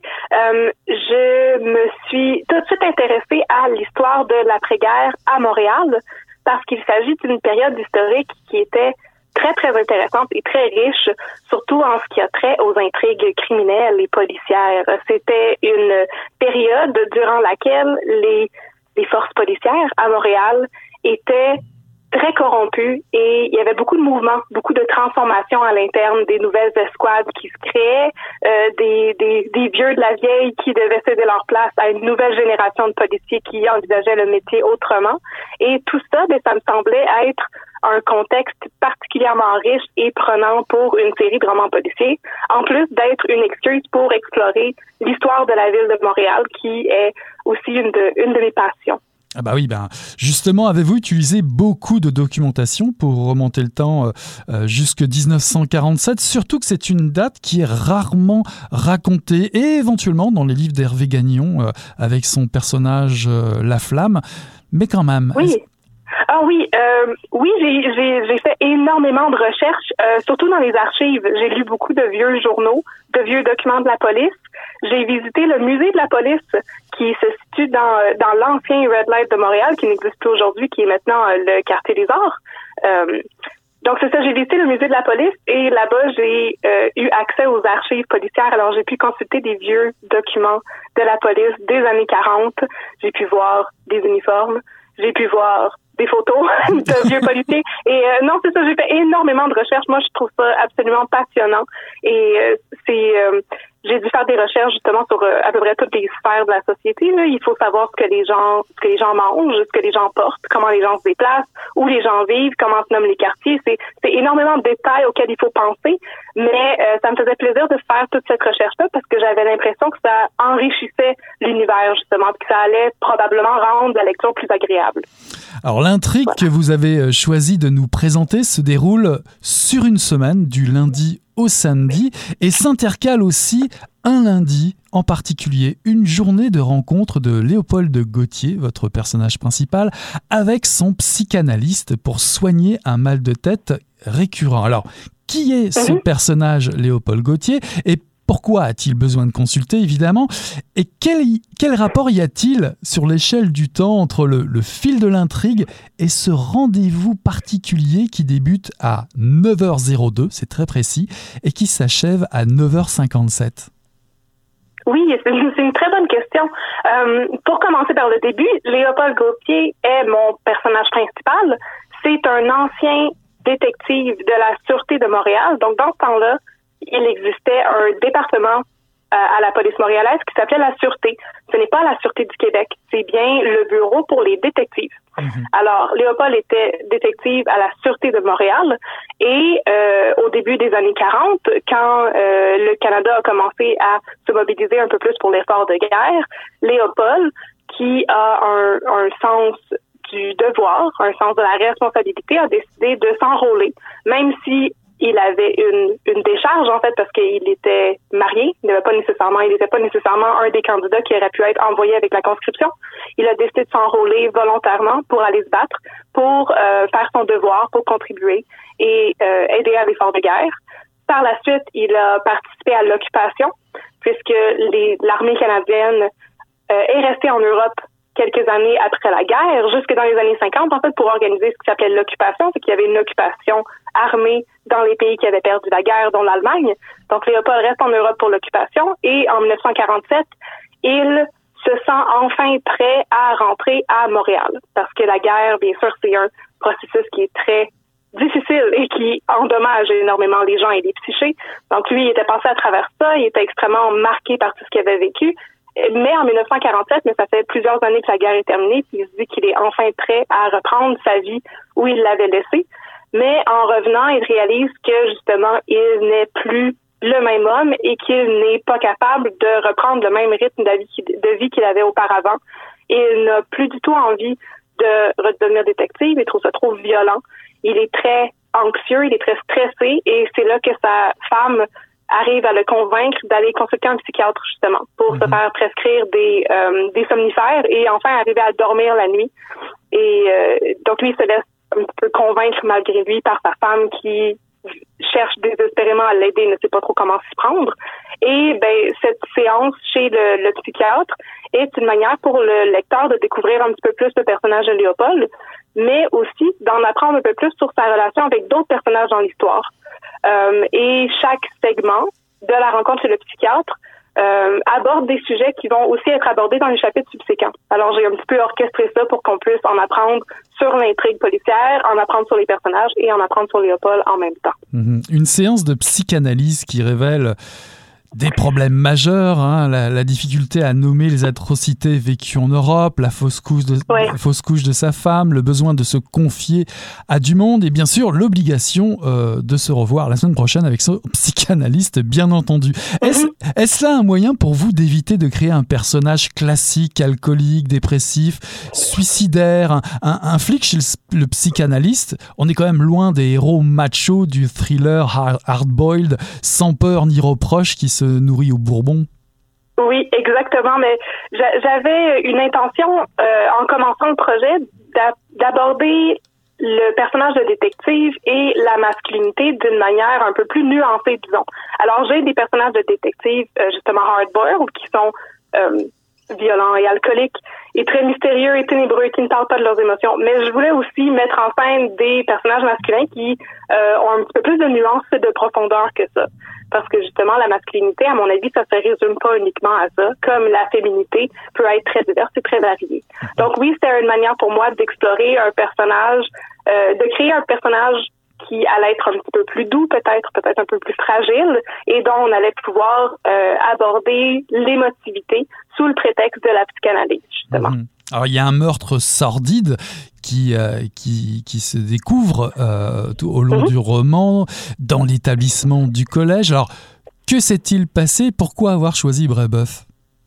Je me suis tout de suite intéressée à l'histoire de l'après-guerre à Montréal, parce qu'il s'agit d'une période historique qui était très, très intéressante et très riche, surtout en ce qui a trait aux intrigues criminelles et policières. C'était une période durant laquelle les forces policières à Montréal étaient très corrompues et il y avait beaucoup de mouvements, beaucoup de transformations à l'interne, des nouvelles escouades qui se créaient, des vieux de la vieille qui devaient céder leur place à une nouvelle génération de policiers qui envisageaient le métier autrement. Et tout ça, ça me semblait être un contexte particulièrement riche et prenant pour une série de romans policiers, en plus d'être une excuse pour explorer l'histoire de la ville de Montréal, qui est aussi une de mes passions. Ah bah oui, justement, avez-vous utilisé beaucoup de documentation pour remonter le temps jusque 1947, surtout que c'est une date qui est rarement racontée, et éventuellement dans les livres d'Hervé Gagnon avec son personnage La Flamme, mais quand même. Oui. Oui, j'ai fait énormément de recherches, surtout dans les archives. J'ai lu beaucoup de vieux journaux, de vieux documents de la police. J'ai visité le musée de la police qui se situe dans l'ancien Red Light de Montréal, qui n'existe plus aujourd'hui, qui est maintenant le Quartier des Arts. Donc c'est ça, j'ai visité le musée de la police et là-bas, j'ai eu accès aux archives policières. Alors j'ai pu consulter des vieux documents de la police des années 40. J'ai pu voir des uniformes. J'ai pu voir des photos de vieux policiers. Et non, c'est ça, j'ai fait énormément de recherches. Moi, je trouve ça absolument passionnant. Et j'ai dû faire des recherches justement sur à peu près toutes les sphères de la société. Là. Il faut savoir ce que les gens mangent, ce que les gens portent, comment les gens se déplacent, où les gens vivent, comment se nomment les quartiers. C'est énormément de détails auxquels il faut penser. Mais ça me faisait plaisir de faire toute cette recherche-là parce que j'avais l'impression que ça enrichissait l'univers justement, que ça allait probablement rendre la lecture plus agréable. Alors l'intrigue que vous avez choisi de nous présenter se déroule sur une semaine, du lundi au samedi, et s'intercale aussi un lundi en particulier, une journée de rencontre de Léopold Gautier, votre personnage principal, avec son psychanalyste pour soigner un mal de tête récurrent. Alors, qui est ce personnage Léopold Gautier et pourquoi a-t-il besoin de consulter, évidemment? Et quel rapport y a-t-il sur l'échelle du temps entre le fil de l'intrigue et ce rendez-vous particulier qui débute à 9h02, c'est très précis, et qui s'achève à 9h57? Oui, c'est une très bonne question. Pour commencer par le début, Léopold Gautier est mon personnage principal. C'est un ancien détective de la Sûreté de Montréal. Donc, dans ce temps-là, il existait un département à la police montréalaise qui s'appelait la Sûreté. Ce n'est pas la Sûreté du Québec, c'est bien le bureau pour les détectives. Alors, Léopold était détective à la Sûreté de Montréal et au début des années 40, quand le Canada a commencé à se mobiliser un peu plus pour l'effort de guerre, Léopold, qui a un sens du devoir, un sens de la responsabilité, a décidé de s'enrôler, même si il avait une décharge, en fait, parce qu'il était marié. Il n'était pas nécessairement un des candidats qui aurait pu être envoyé avec la conscription. Il a décidé de s'enrôler volontairement pour aller se battre, pour faire son devoir, pour contribuer et aider à l'effort de guerre. Par la suite, il a participé à l'occupation, puisque l'armée canadienne est restée en Europe quelques années après la guerre, jusque dans les années 50, en fait, pour organiser ce qui s'appelait l'occupation. C'est qu'il y avait une occupation armée dans les pays qui avaient perdu la guerre, dont l'Allemagne. Donc, Léopold reste en Europe pour l'occupation et en 1947, il se sent enfin prêt à rentrer à Montréal. Parce que la guerre, bien sûr, c'est un processus qui est très difficile et qui endommage énormément les gens et les psychés. Donc, lui, il était passé à travers ça, il était extrêmement marqué par tout ce qu'il avait vécu. Mais en 1947, mais ça fait plusieurs années que la guerre est terminée, puis il se dit qu'il est enfin prêt à reprendre sa vie où il l'avait laissée. Mais en revenant, il réalise que justement, il n'est plus le même homme et qu'il n'est pas capable de reprendre le même rythme de vie qu'il avait auparavant. Et il n'a plus du tout envie de redevenir détective, il trouve ça trop violent. Il est très anxieux, il est très stressé et c'est là que sa femme arrive à le convaincre d'aller consulter un psychiatre, justement, pour se faire prescrire des somnifères et enfin arriver à dormir la nuit. Et donc, lui, il se laisse un peu convaincre malgré lui par sa femme qui cherche désespérément à l'aider, ne sait pas trop comment s'y prendre. Et cette séance chez le psychiatre est une manière pour le lecteur de découvrir un petit peu plus le personnage de Léopold, mais aussi d'en apprendre un peu plus sur sa relation avec d'autres personnages dans l'histoire. Et chaque segment de la rencontre chez le psychiatre aborde des sujets qui vont aussi être abordés dans les chapitres subséquents. Alors, j'ai un petit peu orchestré ça pour qu'on puisse en apprendre sur l'intrigue policière, en apprendre sur les personnages et en apprendre sur Léopold en même temps. Une séance de psychanalyse qui révèle Des problèmes majeurs, hein, la difficulté à nommer les atrocités vécues en Europe, la fausse couche de sa femme, le besoin de se confier à du monde et bien sûr l'obligation de se revoir la semaine prochaine avec son psychanalyste, bien entendu. Est-ce là un moyen pour vous d'éviter de créer un personnage classique, alcoolique, dépressif, suicidaire, un flic chez le psychanalyste? On est quand même loin des héros machos du thriller hard-boiled, sans peur ni reproche, qui se nourrit au bourbon. Oui, exactement. Mais j'avais une intention, en commençant le projet, d'aborder le personnage de détective et la masculinité d'une manière un peu plus nuancée, disons. Alors, j'ai des personnages de détective, justement hard-boiled, qui sont violents et alcooliques, et très mystérieux et ténébreux, qui ne parlent pas de leurs émotions. Mais je voulais aussi mettre en scène des personnages masculins qui ont un petit peu plus de nuances et de profondeur que ça. Parce que justement, la masculinité, à mon avis, ça se résume pas uniquement à ça, comme la féminité peut être très diverse et très variée. Donc oui, c'était une manière pour moi d'explorer un personnage, de créer un personnage qui allait être un petit peu plus doux, peut-être un peu plus fragile, et dont on allait pouvoir aborder l'émotivité sous le prétexte de la psychanalyse, justement. Alors, il y a un meurtre sordide qui se découvre au long du roman, dans l'établissement du collège. Alors, que s'est-il passé? Pourquoi avoir choisi Brébeuf?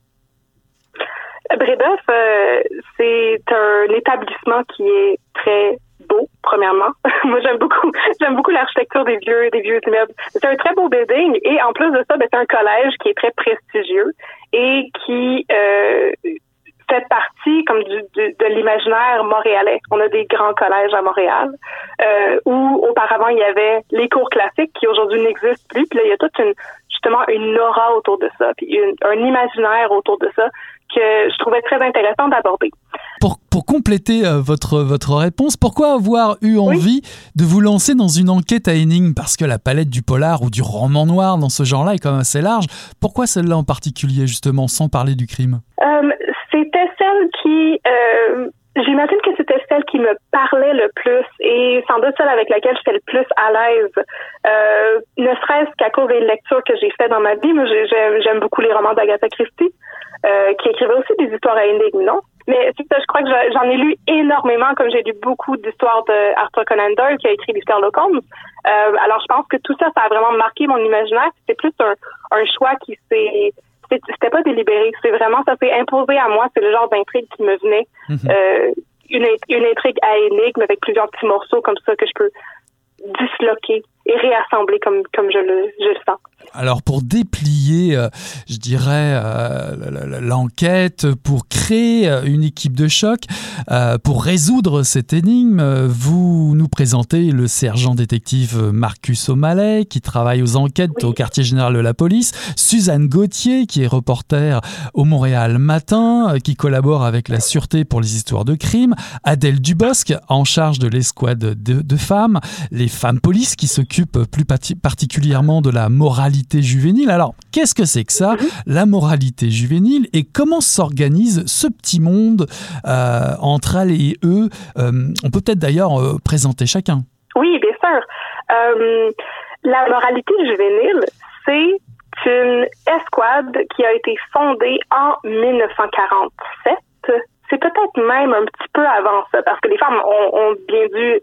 Brébeuf, c'est un établissement qui est très beau, premièrement. Moi, j'aime beaucoup l'architecture des vieux immeubles. C'est un très beau building et en plus de ça, c'est un collège qui est très prestigieux et qui fait partie comme de l'imaginaire montréalais. On a des grands collèges à Montréal où auparavant il y avait les cours classiques qui aujourd'hui n'existent plus. Puis là, il y a toute une aura autour de ça, puis un imaginaire autour de ça que je trouvais très intéressant d'aborder. Pour compléter votre réponse, pourquoi avoir eu envie de vous lancer dans une enquête à énigmes? Parce que la palette du polar ou du roman noir dans ce genre-là est quand même assez large. Pourquoi celle-là en particulier, justement, sans parler du crime? C'était celle qui... j'imagine que c'était celle qui me parlait le plus et sans doute celle avec laquelle j'étais le plus à l'aise. Ne serait-ce qu'à cause des lectures que j'ai faites dans ma vie. Moi, j'aime beaucoup les romans d'Agatha Christie, qui écrivait aussi des histoires à énigmes, non? Mais c'est ça, je crois que j'en ai lu énormément, comme j'ai lu beaucoup d'histoires de Arthur Conan Doyle, qui a écrit les Sherlock Holmes. Alors, je pense que tout ça, ça a vraiment marqué mon imaginaire. C'était plus un choix qui c'était pas délibéré. C'est vraiment, ça s'est imposé à moi. C'est le genre d'intrigue qui me venait. Une intrigue à énigme avec plusieurs petits morceaux comme ça que je peux disloquer et réassembler comme je le sens. Alors pour déplier, je dirais, l'enquête, pour créer une équipe de choc, pour résoudre cette énigme, vous nous présentez le sergent détective Marcus O'Malley, qui travaille aux enquêtes au quartier général de la police, Suzanne Gauthier, qui est reporter au Montréal Matin, qui collabore avec la Sûreté pour les histoires de crime, Adèle Dubosc, en charge de l'escouade de femmes, les femmes polices qui s'occupent plus particulièrement de la moralité juvénile. Alors, qu'est-ce que c'est que ça, la moralité juvénile, et comment s'organise ce petit monde entre elle et eux? On peut peut-être d'ailleurs présenter chacun. Oui, bien sûr. La moralité juvénile, c'est une escouade qui a été fondée en 1947. C'est peut-être même un petit peu avant ça, parce que les femmes ont bien dû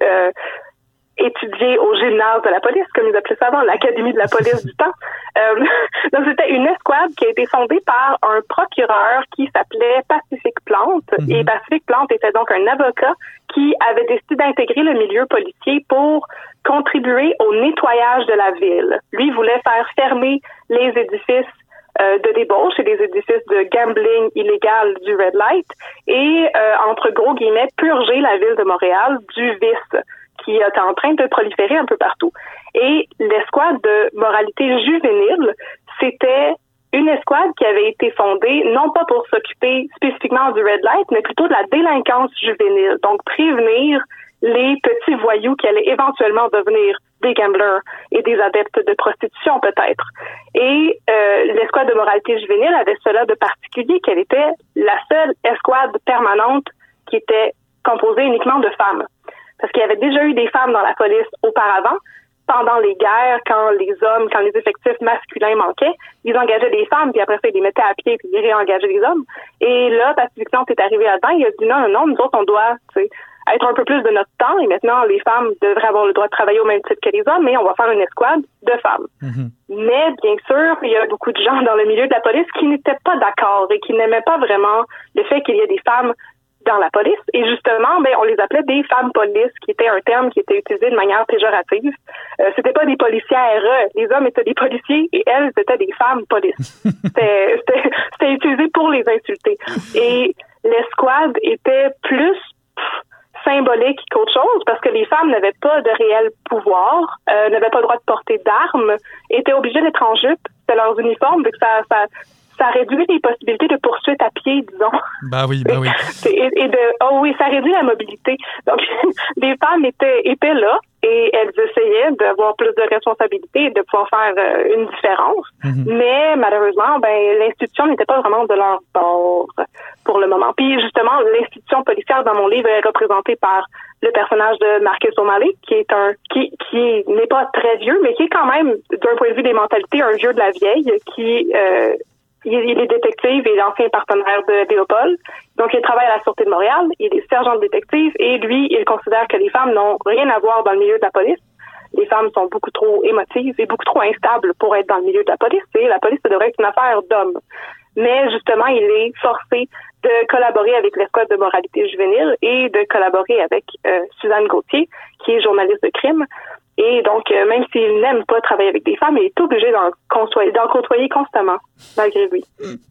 étudier au gymnase de la police, comme ils appelaient ça avant, l'académie de la police du temps. Donc, c'était une escouade qui a été fondée par un procureur qui s'appelait Pacific Plante. Et Pacific Plante était donc un avocat qui avait décidé d'intégrer le milieu policier pour contribuer au nettoyage de la ville. Lui voulait faire fermer les édifices de débauche et des édifices de gambling illégal du Red Light et, entre gros guillemets, purger la ville de Montréal du vice qui est en train de proliférer un peu partout. Et l'escouade de moralité juvénile, c'était une escouade qui avait été fondée non pas pour s'occuper spécifiquement du Red Light, mais plutôt de la délinquance juvénile. Donc, prévenir les petits voyous qui allaient éventuellement devenir des gamblers et des adeptes de prostitution, peut-être. Et l'escouade de moralité juvénile avait cela de particulier, qu'elle était la seule escouade permanente qui était composée uniquement de femmes. Parce qu'il y avait déjà eu des femmes dans la police auparavant. pendant les guerres, quand les effectifs masculins manquaient, ils engageaient des femmes, puis après ça, ils les mettaient à pied, puis ils réengageaient les hommes. Et là, Pacific North est arrivé là-dedans, il a dit non, nous autres, on doit, être un peu plus de notre temps, et maintenant, les femmes devraient avoir le droit de travailler au même titre que les hommes, mais on va faire une escouade de femmes. Mais, bien sûr, il y a beaucoup de gens dans le milieu de la police qui n'étaient pas d'accord et qui n'aimaient pas vraiment le fait qu'il y ait des femmes dans la police. Et justement, on les appelait des femmes polices, qui était un terme qui était utilisé de manière péjorative. C'était pas des policières. Les hommes étaient des policiers et elles étaient des femmes polices. C'était utilisé pour les insulter. Et l'escouade était plus symbolique qu'autre chose, parce que les femmes n'avaient pas de réel pouvoir, n'avaient pas le droit de porter d'armes, étaient obligées d'être en jupe, c'était leurs uniformes, donc ça réduit les possibilités de poursuite à pied, disons. Bah oui. Ça réduit la mobilité. Donc, les femmes étaient là et elles essayaient d'avoir plus de responsabilités et de pouvoir faire une différence. Mais malheureusement, l'institution n'était pas vraiment de leur bord pour le moment. Puis justement, l'institution policière dans mon livre est représentée par le personnage de Marcus O'Malley, qui n'est pas très vieux, mais qui est quand même, d'un point de vue des mentalités, un vieux de la vieille, il est détective et l'ancien partenaire de Léopold. Donc, il travaille à la Sûreté de Montréal. Il est sergent de détective et lui, il considère que les femmes n'ont rien à voir dans le milieu de la police. Les femmes sont beaucoup trop émotives et beaucoup trop instables pour être dans le milieu de la police. Et la police, ça devrait être une affaire d'hommes. Mais justement, il est forcé de collaborer avec l'escouade de moralité juvénile et de collaborer avec Suzanne Gauthier, qui est journaliste de crime. Et donc, même s'il n'aime pas travailler avec des femmes, il est obligé d'en côtoyer constamment, malgré lui.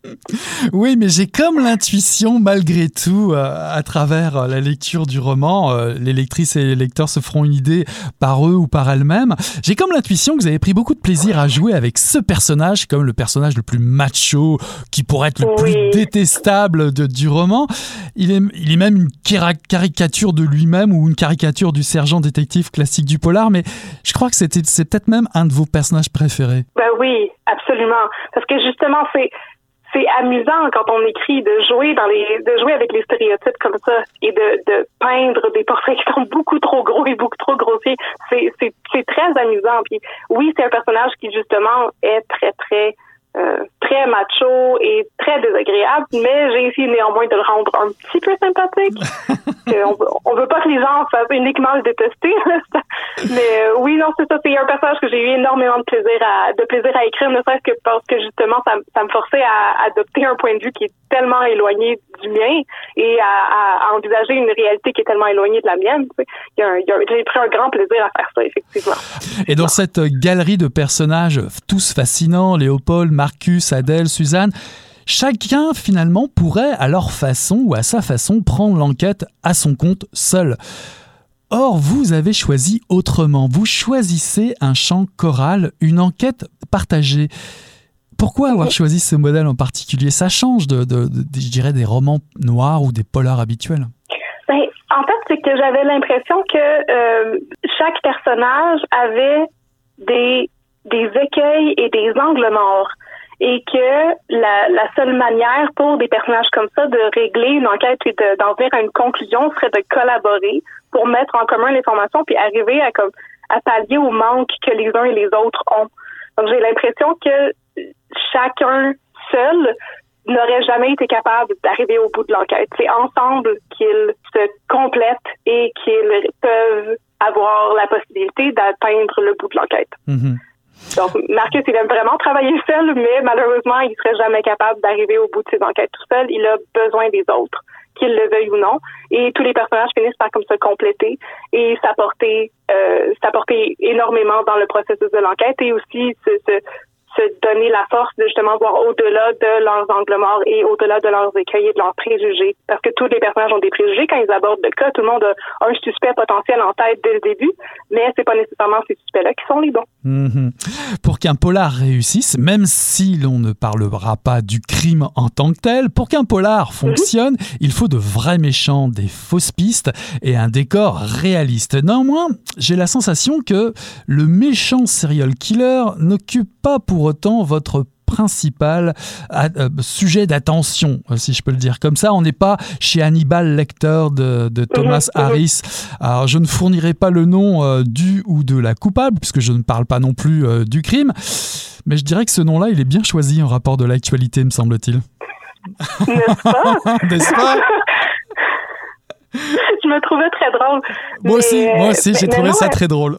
Oui, mais j'ai comme l'intuition, malgré tout, à travers la lecture du roman, les lectrices et les lecteurs se feront une idée par eux ou par elles-mêmes. J'ai comme l'intuition que vous avez pris beaucoup de plaisir à jouer avec ce personnage, comme le personnage le plus macho, qui pourrait être le plus détestable du roman. Il est même une caricature de lui-même ou une caricature du sergent détective classique du polar, mais je crois que c'est peut-être même un de vos personnages préférés. Ben oui, absolument. Parce que justement, c'est amusant quand on écrit de jouer avec les stéréotypes comme ça et de peindre des portraits qui sont beaucoup trop gros et beaucoup trop grossiers. C'est très amusant. Puis oui, c'est un personnage qui justement est très très très macho et très désagréable, mais j'ai essayé néanmoins de le rendre un petit peu sympathique. On veut pas que les gens fassent uniquement le détester. Mais oui, non, c'est ça. C'est un personnage que j'ai eu énormément de plaisir à écrire, ne serait-ce que parce que justement, ça me forçait à adopter un point de vue qui est tellement éloigné du mien et à envisager une réalité qui est tellement éloignée de la mienne. J'ai pris un grand plaisir à faire ça, effectivement. Et dans cette galerie de personnages tous fascinants, Léopold, Marcus, Adèle, Suzanne, chacun finalement pourrait à leur façon ou à sa façon prendre l'enquête à son compte seul. Or, vous avez choisi autrement. Vous choisissez un chant choral, une enquête partagée. Pourquoi avoir choisi ce modèle en particulier ? Ça change je dirais, des romans noirs ou des polars habituels. En fait, c'est que j'avais l'impression que chaque personnage avait des écueils et des angles morts. Et que la seule manière pour des personnages comme ça de régler une enquête et d'en venir à une conclusion serait de collaborer pour mettre en commun l'information puis arriver à pallier au manque que les uns et les autres ont. Donc, j'ai l'impression que chacun seul n'aurait jamais été capable d'arriver au bout de l'enquête. C'est ensemble qu'ils se complètent et qu'ils peuvent avoir la possibilité d'atteindre le bout de l'enquête. Donc, Marcus, il aime vraiment travailler seul, mais malheureusement, il serait jamais capable d'arriver au bout de ses enquêtes tout seul. Il a besoin des autres, qu'ils le veuillent ou non. Et tous les personnages finissent par comme se compléter et s'apporter énormément dans le processus de l'enquête et aussi se donner la force de justement voir au-delà de leurs angles morts et au-delà de leurs écueils et de leurs préjugés. Parce que tous les personnages ont des préjugés quand ils abordent le cas. Tout le monde a un suspect potentiel en tête dès le début, mais c'est pas nécessairement ces suspects-là qui sont les bons. Pour qu'un polar réussisse, même si l'on ne parlera pas du crime en tant que tel, pour qu'un polar fonctionne, il faut de vrais méchants, des fausses pistes et un décor réaliste. Néanmoins, j'ai la sensation que le méchant serial killer n'occupe pas pour autant votre principal sujet d'attention, si je peux le dire comme ça. On n'est pas chez Hannibal Lecter de Thomas Harris. Alors, je ne fournirai pas le nom du ou de la coupable, puisque je ne parle pas non plus du crime, mais je dirais que ce nom-là, il est bien choisi en rapport de l'actualité, me semble-t-il. N'est-ce pas? N'est-ce pas? Je me trouvais très drôle. Moi aussi, j'ai trouvé ça très drôle.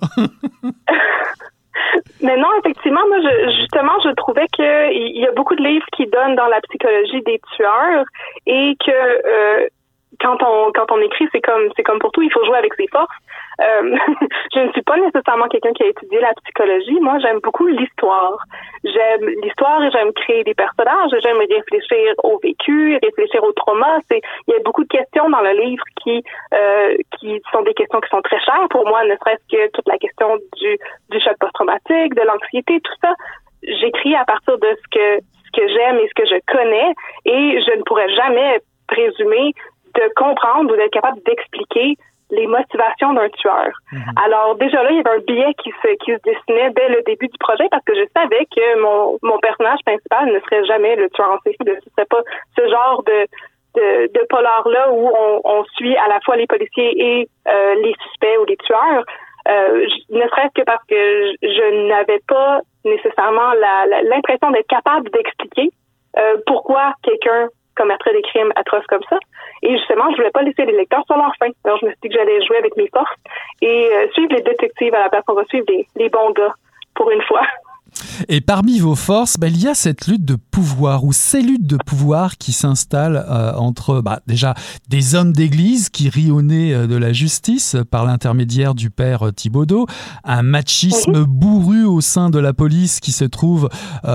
Mais non, effectivement, moi, je trouvais que il y a beaucoup de livres qui donnent dans la psychologie des tueurs et que quand on écrit, c'est comme pour tout, il faut jouer avec ses forces. Je ne suis pas nécessairement quelqu'un qui a étudié la psychologie. Moi, j'aime beaucoup l'histoire. J'aime l'histoire et j'aime créer des personnages. J'aime réfléchir au vécu, réfléchir au trauma. Il y a beaucoup de questions dans le livre qui sont des questions qui sont très chères pour moi, ne serait-ce que toute la question du choc post-traumatique, de l'anxiété, tout ça. J'écris à partir de ce que j'aime et ce que je connais et je ne pourrais jamais présumer de comprendre ou d'être capable d'expliquer les motivations d'un tueur. Mm-hmm. Alors déjà là, il y avait un biais qui se dessinait dès le début du projet parce que je savais que mon personnage principal ne serait jamais le tueur en série. Ce ne serait pas ce genre de polar-là où on suit à la fois les policiers et les suspects ou les tueurs. Ne serait-ce que parce que je n'avais pas nécessairement l'impression d'être capable d'expliquer pourquoi quelqu'un commettrait des crimes atroces comme ça. Et justement, je voulais pas laisser les lecteurs sur leur faim. Alors, je me suis dit que j'allais jouer avec mes forces et suivre les détectives à la place. On va suivre les bons gars, pour une fois. Et parmi vos forces, il y a cette lutte de pouvoir ou ces luttes de pouvoir qui s'installent entre déjà des hommes d'église qui rient au nez de la justice par l'intermédiaire du père Thibaudot, un machisme bourru au sein de la police qui se trouve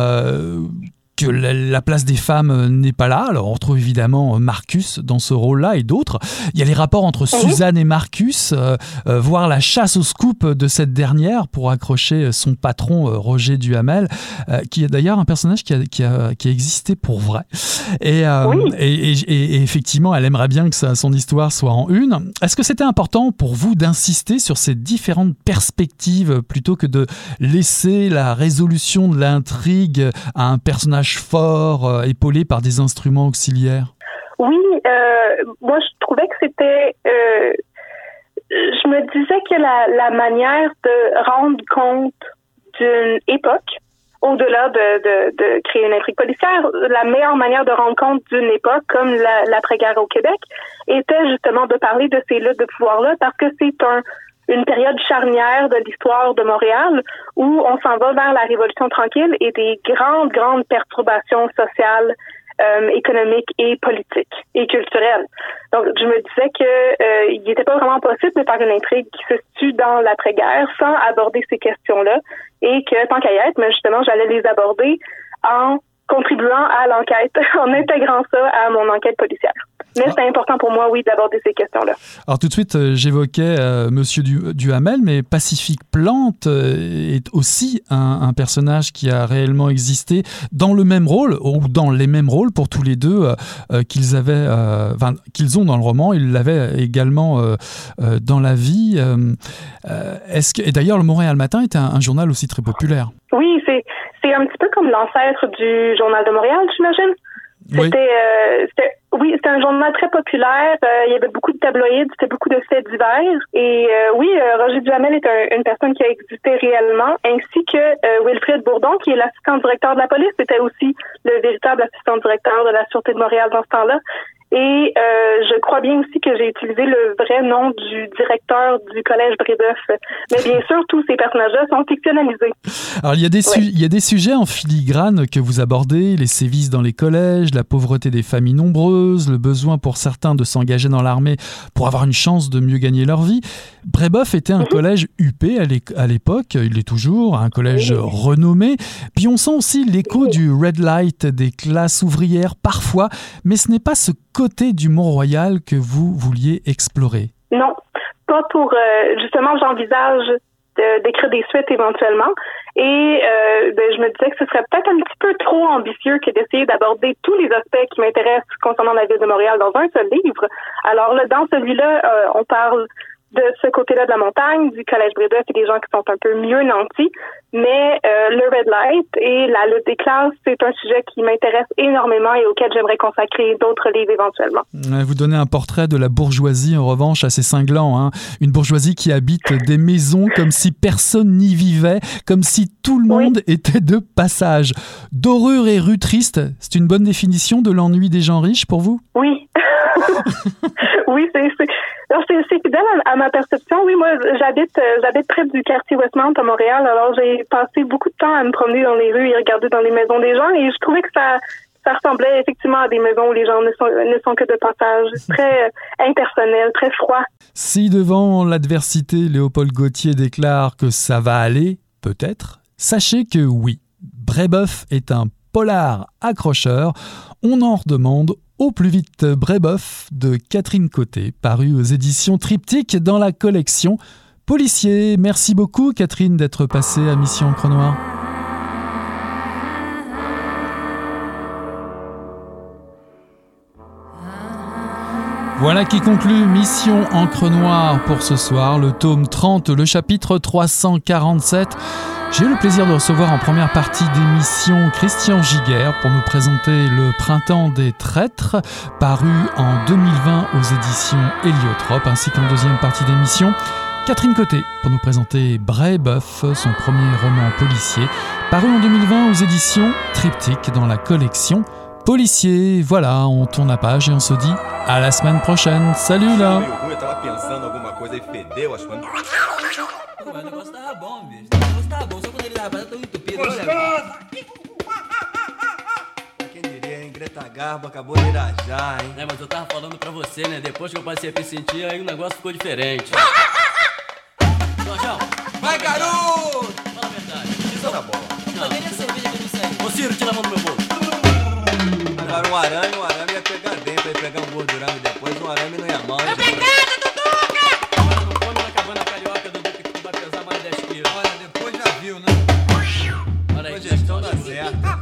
que la place des femmes n'est pas là. Alors on retrouve évidemment Marcus dans ce rôle-là et d'autres. Il y a les rapports entre Suzanne et Marcus, voire la chasse au scoop de cette dernière pour accrocher son patron Roger Duhamel, qui est d'ailleurs un personnage qui a existé pour vrai. Et effectivement, elle aimerait bien que son histoire soit en une. Est-ce que c'était important pour vous d'insister sur ces différentes perspectives plutôt que de laisser la résolution de l'intrigue à un personnage fort, épaulé par des instruments auxiliaires? Oui, moi je trouvais que c'était... je me disais que la manière de rendre compte d'une époque, au-delà de créer une intrigue policière, la meilleure manière de rendre compte d'une époque comme l'après-guerre au Québec était justement de parler de ces luttes de pouvoir-là parce que c'est une période charnière de l'histoire de Montréal où on s'en va vers la Révolution tranquille et des grandes perturbations sociales, économiques et politiques et culturelles. Donc, je me disais que il n'était pas vraiment possible de faire une intrigue qui se situe dans l'après-guerre sans aborder ces questions-là et que, tant qu'à y être, mais justement, j'allais les aborder en contribuant à l'enquête, en intégrant ça à mon enquête policière. Mais c'est important pour moi, oui, d'aborder ces questions-là. Alors tout de suite, j'évoquais Monsieur Duhamel, mais Pacifique Plante est aussi un personnage qui a réellement existé dans le même rôle, ou dans les mêmes rôles pour tous les deux qu'ils ont dans le roman. Ils l'avaient également dans la vie. Et d'ailleurs, le Montréal Matin est un journal aussi très populaire. Oui, c'est un petit peu comme l'ancêtre du Journal de Montréal, j'imagine. C'était un journal très populaire. Il y avait beaucoup de tabloïds, c'était beaucoup de faits divers. Et Roger Duhamel est une personne qui a existé réellement, ainsi que Wilfrid Bourdon, qui est l'assistant directeur de la police, c'était aussi le véritable assistant directeur de la Sûreté de Montréal dans ce temps-là. Et je crois bien aussi que j'ai utilisé le vrai nom du directeur du collège Brébeuf. Mais bien sûr, tous ces personnages-là sont fictionnalisés. Alors, il y a des sujets en filigrane que vous abordez, les sévices dans les collèges, la pauvreté des familles nombreuses, le besoin pour certains de s'engager dans l'armée pour avoir une chance de mieux gagner leur vie. Brébeuf était un collège huppé à l'époque, il l'est toujours, un collège renommé. Puis on sent aussi l'écho du red light des classes ouvrières parfois, mais ce n'est pas ce côté du Mont-Royal que vous vouliez explorer? Non, pas pour... justement, j'envisage d'écrire des suites éventuellement. Et je me disais que ce serait peut-être un petit peu trop ambitieux que d'essayer d'aborder tous les aspects qui m'intéressent concernant la ville de Montréal dans un seul livre. Alors là, dans celui-là, on parle de ce côté-là de la montagne, du Collège Brébeuf, et des gens qui sont un peu mieux nantis. Mais le Red Light et la lutte des classes, c'est un sujet qui m'intéresse énormément et auquel j'aimerais consacrer d'autres livres éventuellement. Vous donnez un portrait de la bourgeoisie, en revanche, assez cinglant, hein. Une bourgeoisie qui habite des maisons comme si personne n'y vivait, comme si tout le monde était de passage. Dorure et rue triste, c'est une bonne définition de l'ennui des gens riches pour vous? Oui. Oui, c'est fidèle à ma perception. Oui, moi, j'habite près du quartier Westmount à Montréal. Alors, j'ai passé beaucoup de temps à me promener dans les rues et regarder dans les maisons des gens. Et je trouvais que ça ressemblait effectivement à des maisons où les gens ne sont que de passage. Très impersonnel, très froid. Si devant l'adversité, Léopold Gautier déclare que ça va aller, peut-être, sachez que oui, Brébeuf est un polar accrocheur. On en redemande au plus vite. Brébeuf de Catherine Côté, paru aux éditions Triptyque dans la collection Policier. Merci beaucoup Catherine d'être passée à Mission Encre Noire. Voilà qui conclut Mission Encre Noire pour ce soir, le tome 30, le chapitre 347. J'ai eu le plaisir de recevoir en première partie d'émission Christian Giguère pour nous présenter Le Printemps des Traîtres, paru en 2020 aux éditions Héliotrope, ainsi qu'en deuxième partie d'émission, Catherine Côté pour nous présenter Brébeuf, son premier roman policier, paru en 2020 aux éditions Triptyque dans la collection Policier. Voilà, on tourne la page et on se dit à la semaine prochaine. Salut là! O negócio tava bom, bicho. O negócio tava bom, só quando ele tava tão entupido. Quem diria, hein? Greta Garbo acabou de irajar, hein? É, mas eu tava falando pra você, né? Depois que eu passei a me sentir, aí o negócio ficou diferente. Jorjão! Vai, garoto! Fala a verdade. Isso tá bom. Não, nem a cerveja que não serve. Ô, Ciro, tira a mão do meu bolso. Agora um arame ia pegar dentro, ia pegar um gordurame depois, um arame não ia mal. Obrigada, Duduca! Agora não come na cabana carioca, Duduca, que tu vai pesar mais 10 quilos. Olha, depois já viu, né? Olha aí, Depois gestão dá certo.